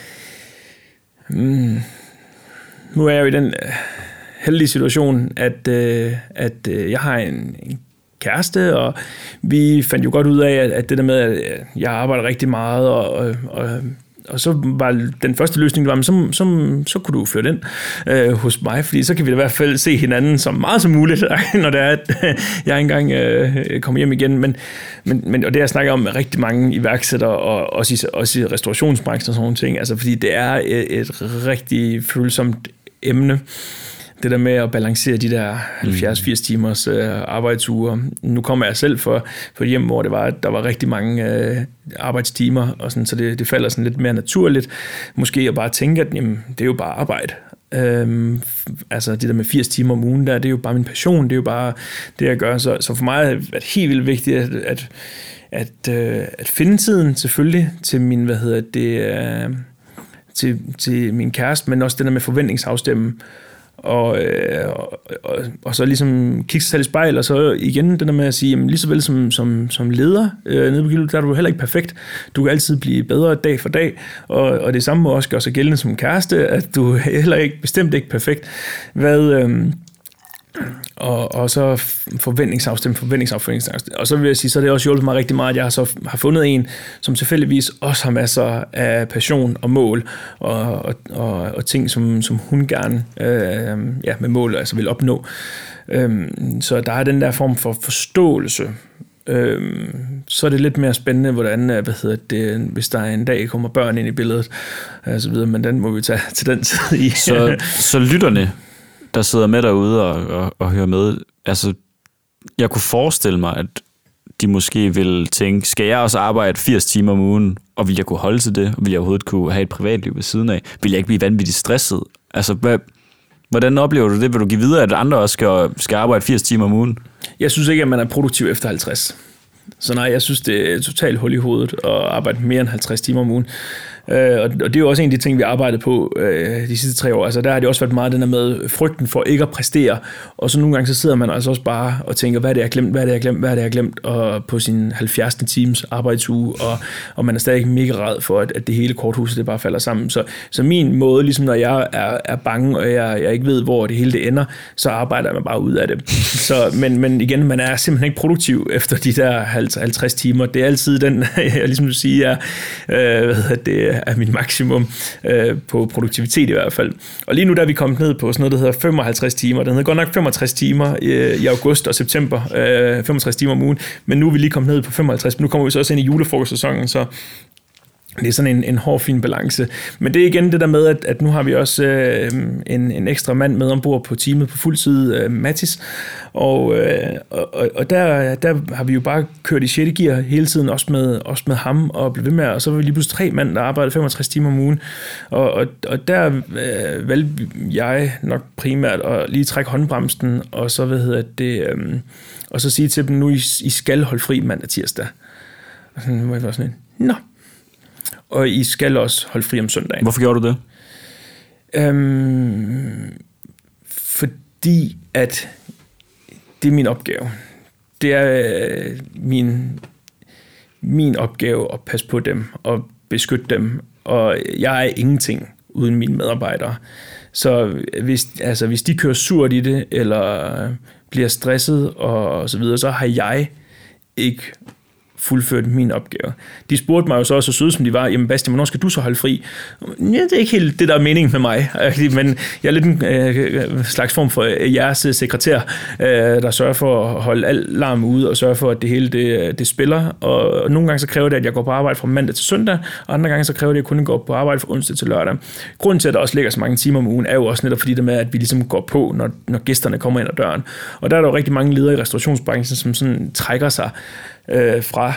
Mm, nu er jeg jo i den heldige situation, at, øh, at øh, jeg har en, en kæreste, og vi fandt jo godt ud af, at, at det der med, at jeg arbejder rigtig meget, og... og, og Og så var den første løsning, var, så, så, så kunne du flytte ind øh, hos mig, fordi så kan vi i hvert fald se hinanden så meget som muligt, når det er, at jeg engang øh, kommer hjem igen. Men, men, men, og det jeg snakker om med rigtig mange iværksættere, og også i, også i restaurationsbranchen og sådan nogle ting, altså fordi det er et, et rigtig følsomt emne, det der med at balancere de der halvfjerds til firs timers øh, arbejdsuger. Nu kommer jeg selv for, for et hjem, hvor det var, der var rigtig mange øh, arbejdstimer, og sådan, så det, det falder sådan lidt mere naturligt. Måske at bare tænke, at jamen, det er jo bare arbejde. Øhm, altså det der med firs timer om ugen, der, det er jo bare min passion, det er jo bare det, jeg gør. Så, så for mig er det helt vildt vigtigt, at, at, at, øh, at finde tiden selvfølgelig til min, hvad hedder det, øh, til, til min kæreste, men også det der med forventningsafstemme. Og, øh, og, og, og så ligesom kigge sig selv i spejl, og så igen det der med at sige, jamen, lige så vel som, som, som leder øh, nede på Gilde, der er du heller ikke perfekt. Du kan altid blive bedre dag for dag, og, og det samme må også gøre sig gældende som kæreste, at du heller ikke, bestemt ikke perfekt. Hvad... Øh, Og, og så forventningsafstem, forventningsafstem. Og så vil jeg sige, så er det også hjulpet mig rigtig meget, at jeg har, så har fundet en, som tilfældigvis også har masser af passion og mål, og, og, og, og ting, som, som hun gerne øh, ja, med mål altså vil opnå. Øhm, så der er den der form for forståelse. Øhm, så er det lidt mere spændende, hvordan, hvad hedder det, hvis der en dag kommer børn ind i billedet, og så videre, men den må vi tage til den tid i. Så, så lytterne, der sidder med derude og, og, og hører med, altså, jeg kunne forestille mig, at de måske vil tænke, skal jeg også arbejde firs timer om ugen, og vil jeg kunne holde til det, og vil jeg overhovedet kunne have et privatliv ved siden af? Vil jeg ikke blive vanvittigt stresset? Altså, hvad, hvordan oplever du det? Vil du give videre, at andre også skal, skal arbejde firs timer om ugen? Jeg synes ikke, at man er produktiv efter halvtreds. Så nej, jeg synes, det er totalt hul i hovedet at arbejde mere end halvtreds timer om ugen. Og det er jo også en af de ting, vi har arbejdet på de sidste tre år. Altså der har det også været meget den der med frygten for ikke at præstere. Og så nogle gange så sidder man altså også bare og tænker, hvad er det, jeg har glemt, hvad er det, jeg har glemt, hvad er det, jeg har glemt, og på sin halvfjerds times arbejdsuge, og, og man er stadig mega ræd for, at, at det hele korthuset det bare falder sammen. Så, så min måde, ligesom når jeg er, er bange, og jeg, jeg ikke ved, hvor det hele det ender, så arbejder man bare ud af det. Så, men, men igen, man er simpelthen ikke produktiv efter de der halvtreds timer. Det er altid den, jeg ligesom du siger, er, øh, hvad hedder det, er mit maksimum øh, på produktivitet i hvert fald. Og lige nu der er vi kommet ned på sådan noget, der hedder femoghalvtreds timer. Den hedder godt nok femogtres timer øh, i august og september. Øh, femogtres timer om ugen. Men nu er vi lige kommet ned på femoghalvtreds. Men nu kommer vi så også ind i julefrokostsæsonen, så det er sådan en, en hård, fin balance. Men det er igen det der med, at, at nu har vi også øh, en, en ekstra mand med ombord på teamet på fuld tid, øh, Mattis. Og, øh, og, og der, der har vi jo bare kørt i sjette gear hele tiden, også med, også med ham, og blevet ved med. Og så var vi lige pludselig tre mand, der arbejdede femogtres timer om ugen. Og, og, og der øh, valgte jeg nok primært at lige trække håndbremsen, og så, hvad hedder det, øh, og så sige til dem, nu I, I skal holde fri mandag tirsdag. Og sådan, hvor jeg var sådan en, nå. Og I skal også holde fri om søndagen. Hvorfor gjorde du det? Øhm, fordi at det er min opgave. Det er øh, min, min opgave at passe på dem og beskytte dem. Og jeg er ingenting uden mine medarbejdere. Så hvis, altså, hvis de kører surt i det, eller bliver stresset og så videre, så har jeg ikke fuldført min opgave. De spurgte mig jo så også så søde, som de var, jamen Bastian, hvornår skal du så holde fri? Ja, det er ikke helt det, der er meningen med mig, men jeg er lidt en øh, slags form for jeres sekretær, øh, der sørger for at holde al larm ude, og sørge for, at det hele det, det spiller, og nogle gange så kræver det, at jeg går på arbejde fra mandag til søndag, og andre gange så kræver det, at jeg kun går på arbejde fra onsdag til lørdag. Grunden til, at der også ligger så mange timer om ugen, er jo også netop fordi det med, at vi ligesom går på, når, når gæsterne kommer ind ad døren. Og der er der jo rigtig mange ledere i restaurationsbranchen, som sådan trækker sig øh, fra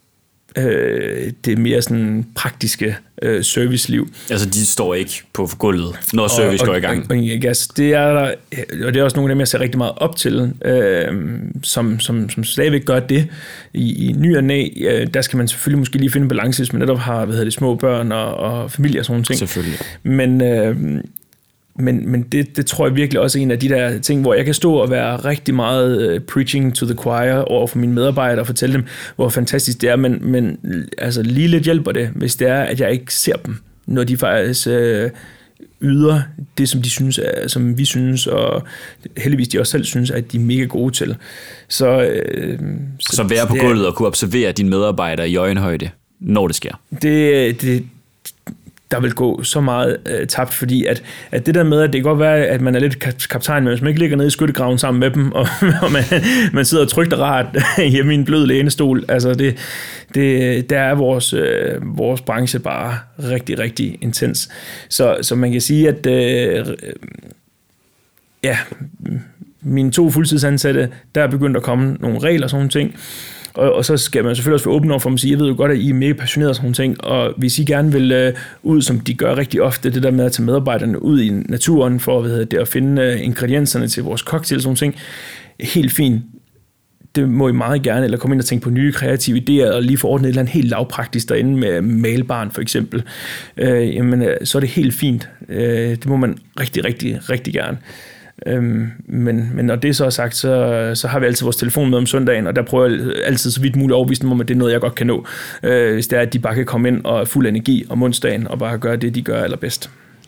øh, det mere sådan praktiske øh, serviceliv. Altså de står ikke på gulvet, når service og, går i gang. Og, og, yes, det er der, og det er også nogle af dem, jeg ser rigtig meget op til, øh, som, som, som stadigvæk gør det i, i ny og næ. Øh, der skal man selvfølgelig måske lige finde en balance, hvis man netop har hvad hedder det, små børn og, og familie og sådan nogle ting. Selvfølgelig. Men øh, Men, men det, det tror jeg virkelig også er en af de der ting, hvor jeg kan stå og være rigtig meget uh, preaching to the choir over for mine medarbejdere og fortælle dem, hvor fantastisk det er, men, men altså, lige lidt hjælper det, hvis det er, at jeg ikke ser dem, når de faktisk uh, yder det, som de synes, er, som vi synes, og heldigvis de også selv synes, at de er mega gode til. Så, uh, så, så være på gulvet og kunne observere dine medarbejdere i øjenhøjde, når det sker. Det, det der vil gå så meget øh, tabt, fordi at, at det der med, at det kan godt være, at man er lidt kaptajn, men hvis man ikke ligger nede i skyttegraven sammen med dem, og, og man, man sidder trygt og rart hjemme i en blød lænestol, altså det, det, der er vores, øh, vores branche bare rigtig, rigtig intens. Så, så man kan sige, at øh, ja, mine to fuldtidsansatte, der er begyndt at komme nogle regler og sådan nogle ting. Og, og så skal man selvfølgelig også være åben over for dem og sige, jeg ved jo godt, at I er mega passionerede og sådan nogle ting, og hvis I gerne vil øh, ud, som de gør rigtig ofte, det der med at tage medarbejderne ud i naturen for hvad hedder det, at finde øh, ingredienserne til vores cocktail og sådan nogle ting, helt fint. Det må I meget gerne, eller komme ind og tænke på nye kreative idéer, og lige få ordnet et eller andet helt lavpraktisk derinde med malbarn for eksempel. Øh, jamen, så er det helt fint. Øh, det må man rigtig, rigtig, rigtig gerne. Øhm, men, men når det så er sagt, så, så har vi altid vores telefon med om søndagen, og der prøver jeg altid så vidt muligt at overbevise dem om, at det er noget, jeg godt kan nå. Øh, hvis det er, at de bare kan komme ind og er fuld energi om onsdagen, og bare gøre det, de gør allerbedst.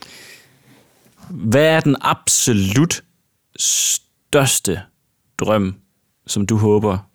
Hvad er den absolut største drøm, som du håber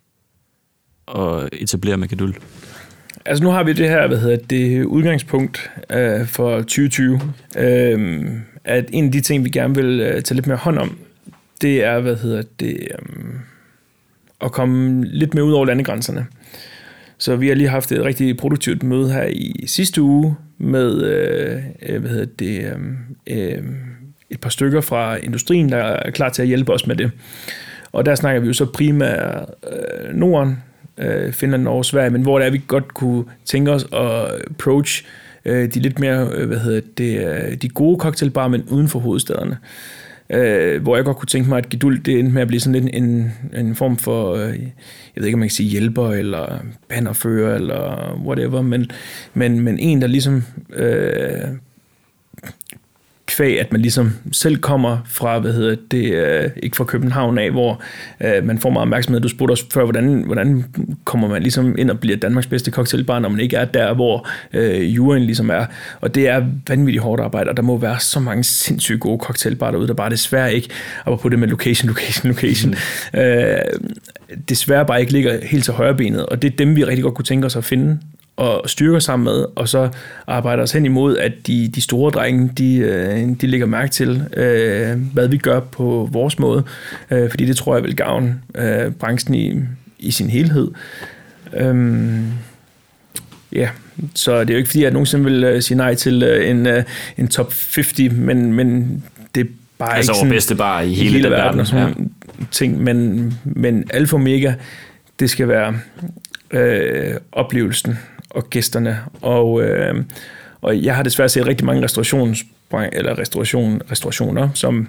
at etablere med Kadul? Altså nu har vi det her, hvad hedder det, udgangspunkt øh, for tyve tyve, øh, at en af de ting, vi gerne vil øh, tage lidt mere hånd om, det er, hvad hedder det, øh, at komme lidt mere ud over landegrænserne. Så vi har lige haft et rigtig produktivt møde her i sidste uge med, øh, hvad hedder det, øh, øh, et par stykker fra industrien, der er klar til at hjælpe os med det. Og der snakker vi jo så primært øh, Norden, øh, Finland, Norge, Sverige, men hvor der vi godt kunne tænke os at approach øh, de lidt mere, øh, hvad hedder det, øh, de gode cocktailbarer, men uden for hovedstederne. Øh, hvor jeg godt kunne tænke mig, at Geduld, det endte med at blive sådan lidt en, en form for, øh, jeg ved ikke, om man kan sige hjælper, eller bannerfører, eller whatever, men, men, men en, der ligesom øh, kvæg, at man ligesom selv kommer fra, hvad hedder det, øh, ikke fra København af, hvor øh, man får meget opmærksomhed. Du spurgte også før, hvordan, hvordan kommer man ligesom ind og bliver Danmarks bedste cocktailbar, når man ikke er der, hvor øh, juryen ligesom er. Og det er vanvittigt hårdt arbejde, og der må være så mange sindssygt gode cocktailbarer derude, der bare desværre ikke, og på det med location, location, location, mm. øh, desværre bare ikke ligger helt til højrebenet, og det er dem, vi rigtig godt kunne tænke os at finde, og styrker sammen med, og så arbejder os hen imod, at de, de store drenge, de, de lægger mærke til, øh, hvad vi gør på vores måde, øh, fordi det tror jeg vil gavne øh, branchen i, i sin helhed. Øhm, ja, så det er jo ikke fordi, at jeg nogensinde vil sige nej til en, en top halvtreds, men, men det er bare altså ikke sådan... Altså bedste bar i hele, hele den verden, verden og sådan ja. ting, men, men alfa og omega, det skal være øh, oplevelsen og gæsterne, og, øh, og jeg har desværre set rigtig mange restaurations eller restauration, restaurationer, som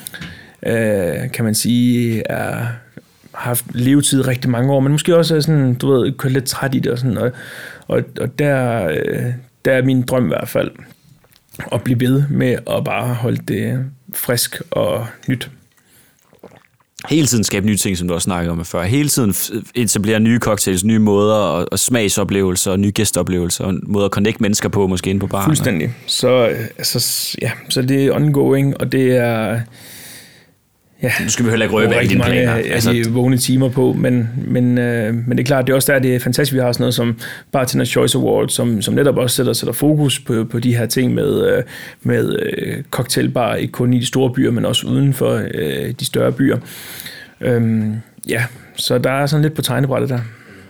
øh, kan man sige er, har haft levetid rigtig mange år, men måske også er sådan, du ved, kørt lidt træt i det og sådan, og, og, og der, øh, der er min drøm i hvert fald at blive ved med at bare holde det frisk og nyt. Hele tiden skabe nye ting, som du også snakkede om før. Hele tiden etablere nye cocktails, nye måder og, og smagsoplevelser, og nye gæsteoplevelser, og måder at connecte mennesker på, måske inde på baren. Fuldstændig. Så, altså, ja, så det er ongoing, og det er... Ja, nu skal vi heller ikke røbe alle dine planer. Mange altså, de vågne timer på, men, men, øh, men det er klart, det er også der, det er fantastisk, vi har sådan noget som Bartender Choice Award, som, som netop også sætter, sætter fokus på, på de her ting med, øh, med øh, cocktailbar, ikke kun i de store byer, men også uden for øh, de større byer. Øhm, ja, så der er sådan lidt på tegnebrættet der.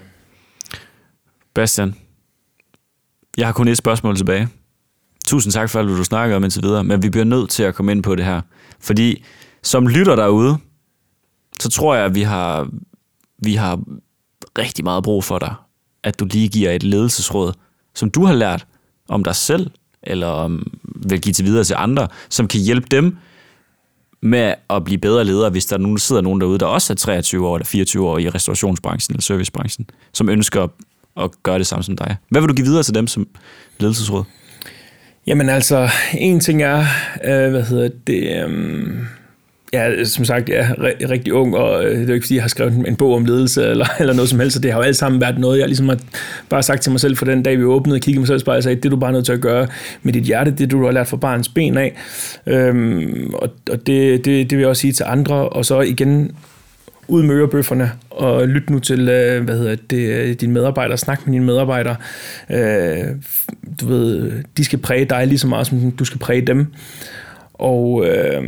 Bastian, jeg har kun et spørgsmål tilbage. Tusind tak for alt, du snakker om indtil videre, men vi bliver nødt til at komme ind på det her, fordi som lytter derude, så tror jeg, at vi har, vi har rigtig meget brug for dig. At du lige giver et ledelsesråd, som du har lært om dig selv, eller om, vil give til videre til andre, som kan hjælpe dem med at blive bedre ledere, hvis der nu sidder nogen derude, der også er treogtyve år eller fireogtyve år i restaurationsbranchen eller servicebranchen, som ønsker at, at gøre det samme som dig. Hvad vil du give videre til dem som ledelsesråd? Jamen altså, en ting er, øh, hvad hedder det... Øh Ja, som sagt, jeg er rigtig ung, og det er jo ikke, fordi jeg har skrevet en bog om ledelse eller, eller noget som helst, så det har jo alt sammen været noget, jeg ligesom har bare sagt til mig selv, for den dag vi åbnede og kiggede mig selv og sagde, det er du bare nødt til at gøre med dit hjerte, det du har lært fra barns ben af, øhm, og, og det, det, det vil jeg også sige til andre, og så igen ud med ørebøfferne, og lyt nu til, hvad hedder det, dine medarbejdere, snak med dine medarbejdere, øh, du ved, de skal præge dig lige så meget, som du skal præge dem, og øh,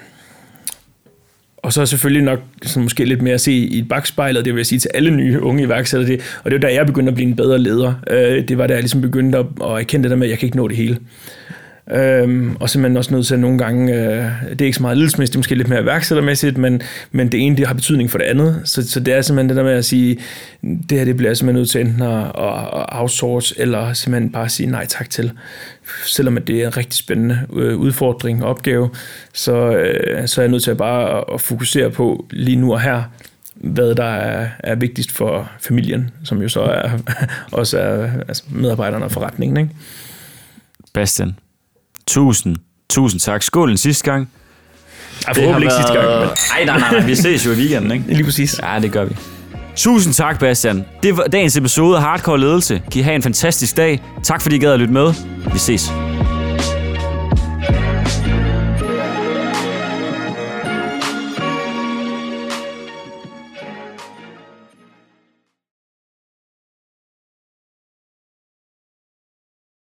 Og så selvfølgelig nok sådan måske lidt mere at se i et bakspejlet, det vil jeg sige til alle nye unge iværksættere. Det, og det var da jeg begyndte at blive en bedre leder. Det var da jeg ligesom begyndte at, at erkende det der med, at jeg kan ikke nå det hele. Øhm, og simpelthen også nødt til at nogle gange, øh, det er ikke så meget ledelsesmæssigt, det er måske lidt mere værksættermæssigt, men, men det ene, det har betydning for det andet. Så, så det er simpelthen det der med at sige, det her, det bliver simpelthen nødt til enten at, at outsource, eller simpelthen bare sige nej tak til. Selvom det er en rigtig spændende øh, udfordring og opgave, så, øh, så er jeg nødt til at bare at, at fokusere på lige nu og her, hvad der er, er vigtigst for familien, som jo så er, også er altså medarbejderne og forretningen, ikke? Bastian, tusind, tusind tak. Skål den sidste gang. Ja, forhåbentlig ikke sidste gang. Men... Ej, nej, nej, nej, vi ses jo i weekenden, ikke? Lige præcis. Ja, det gør vi. Tusind tak, Bastian. Det var dagens episode af Hardcore Ledelse. Kan I have en fantastisk dag. Tak fordi I gad at lytte med. Vi ses.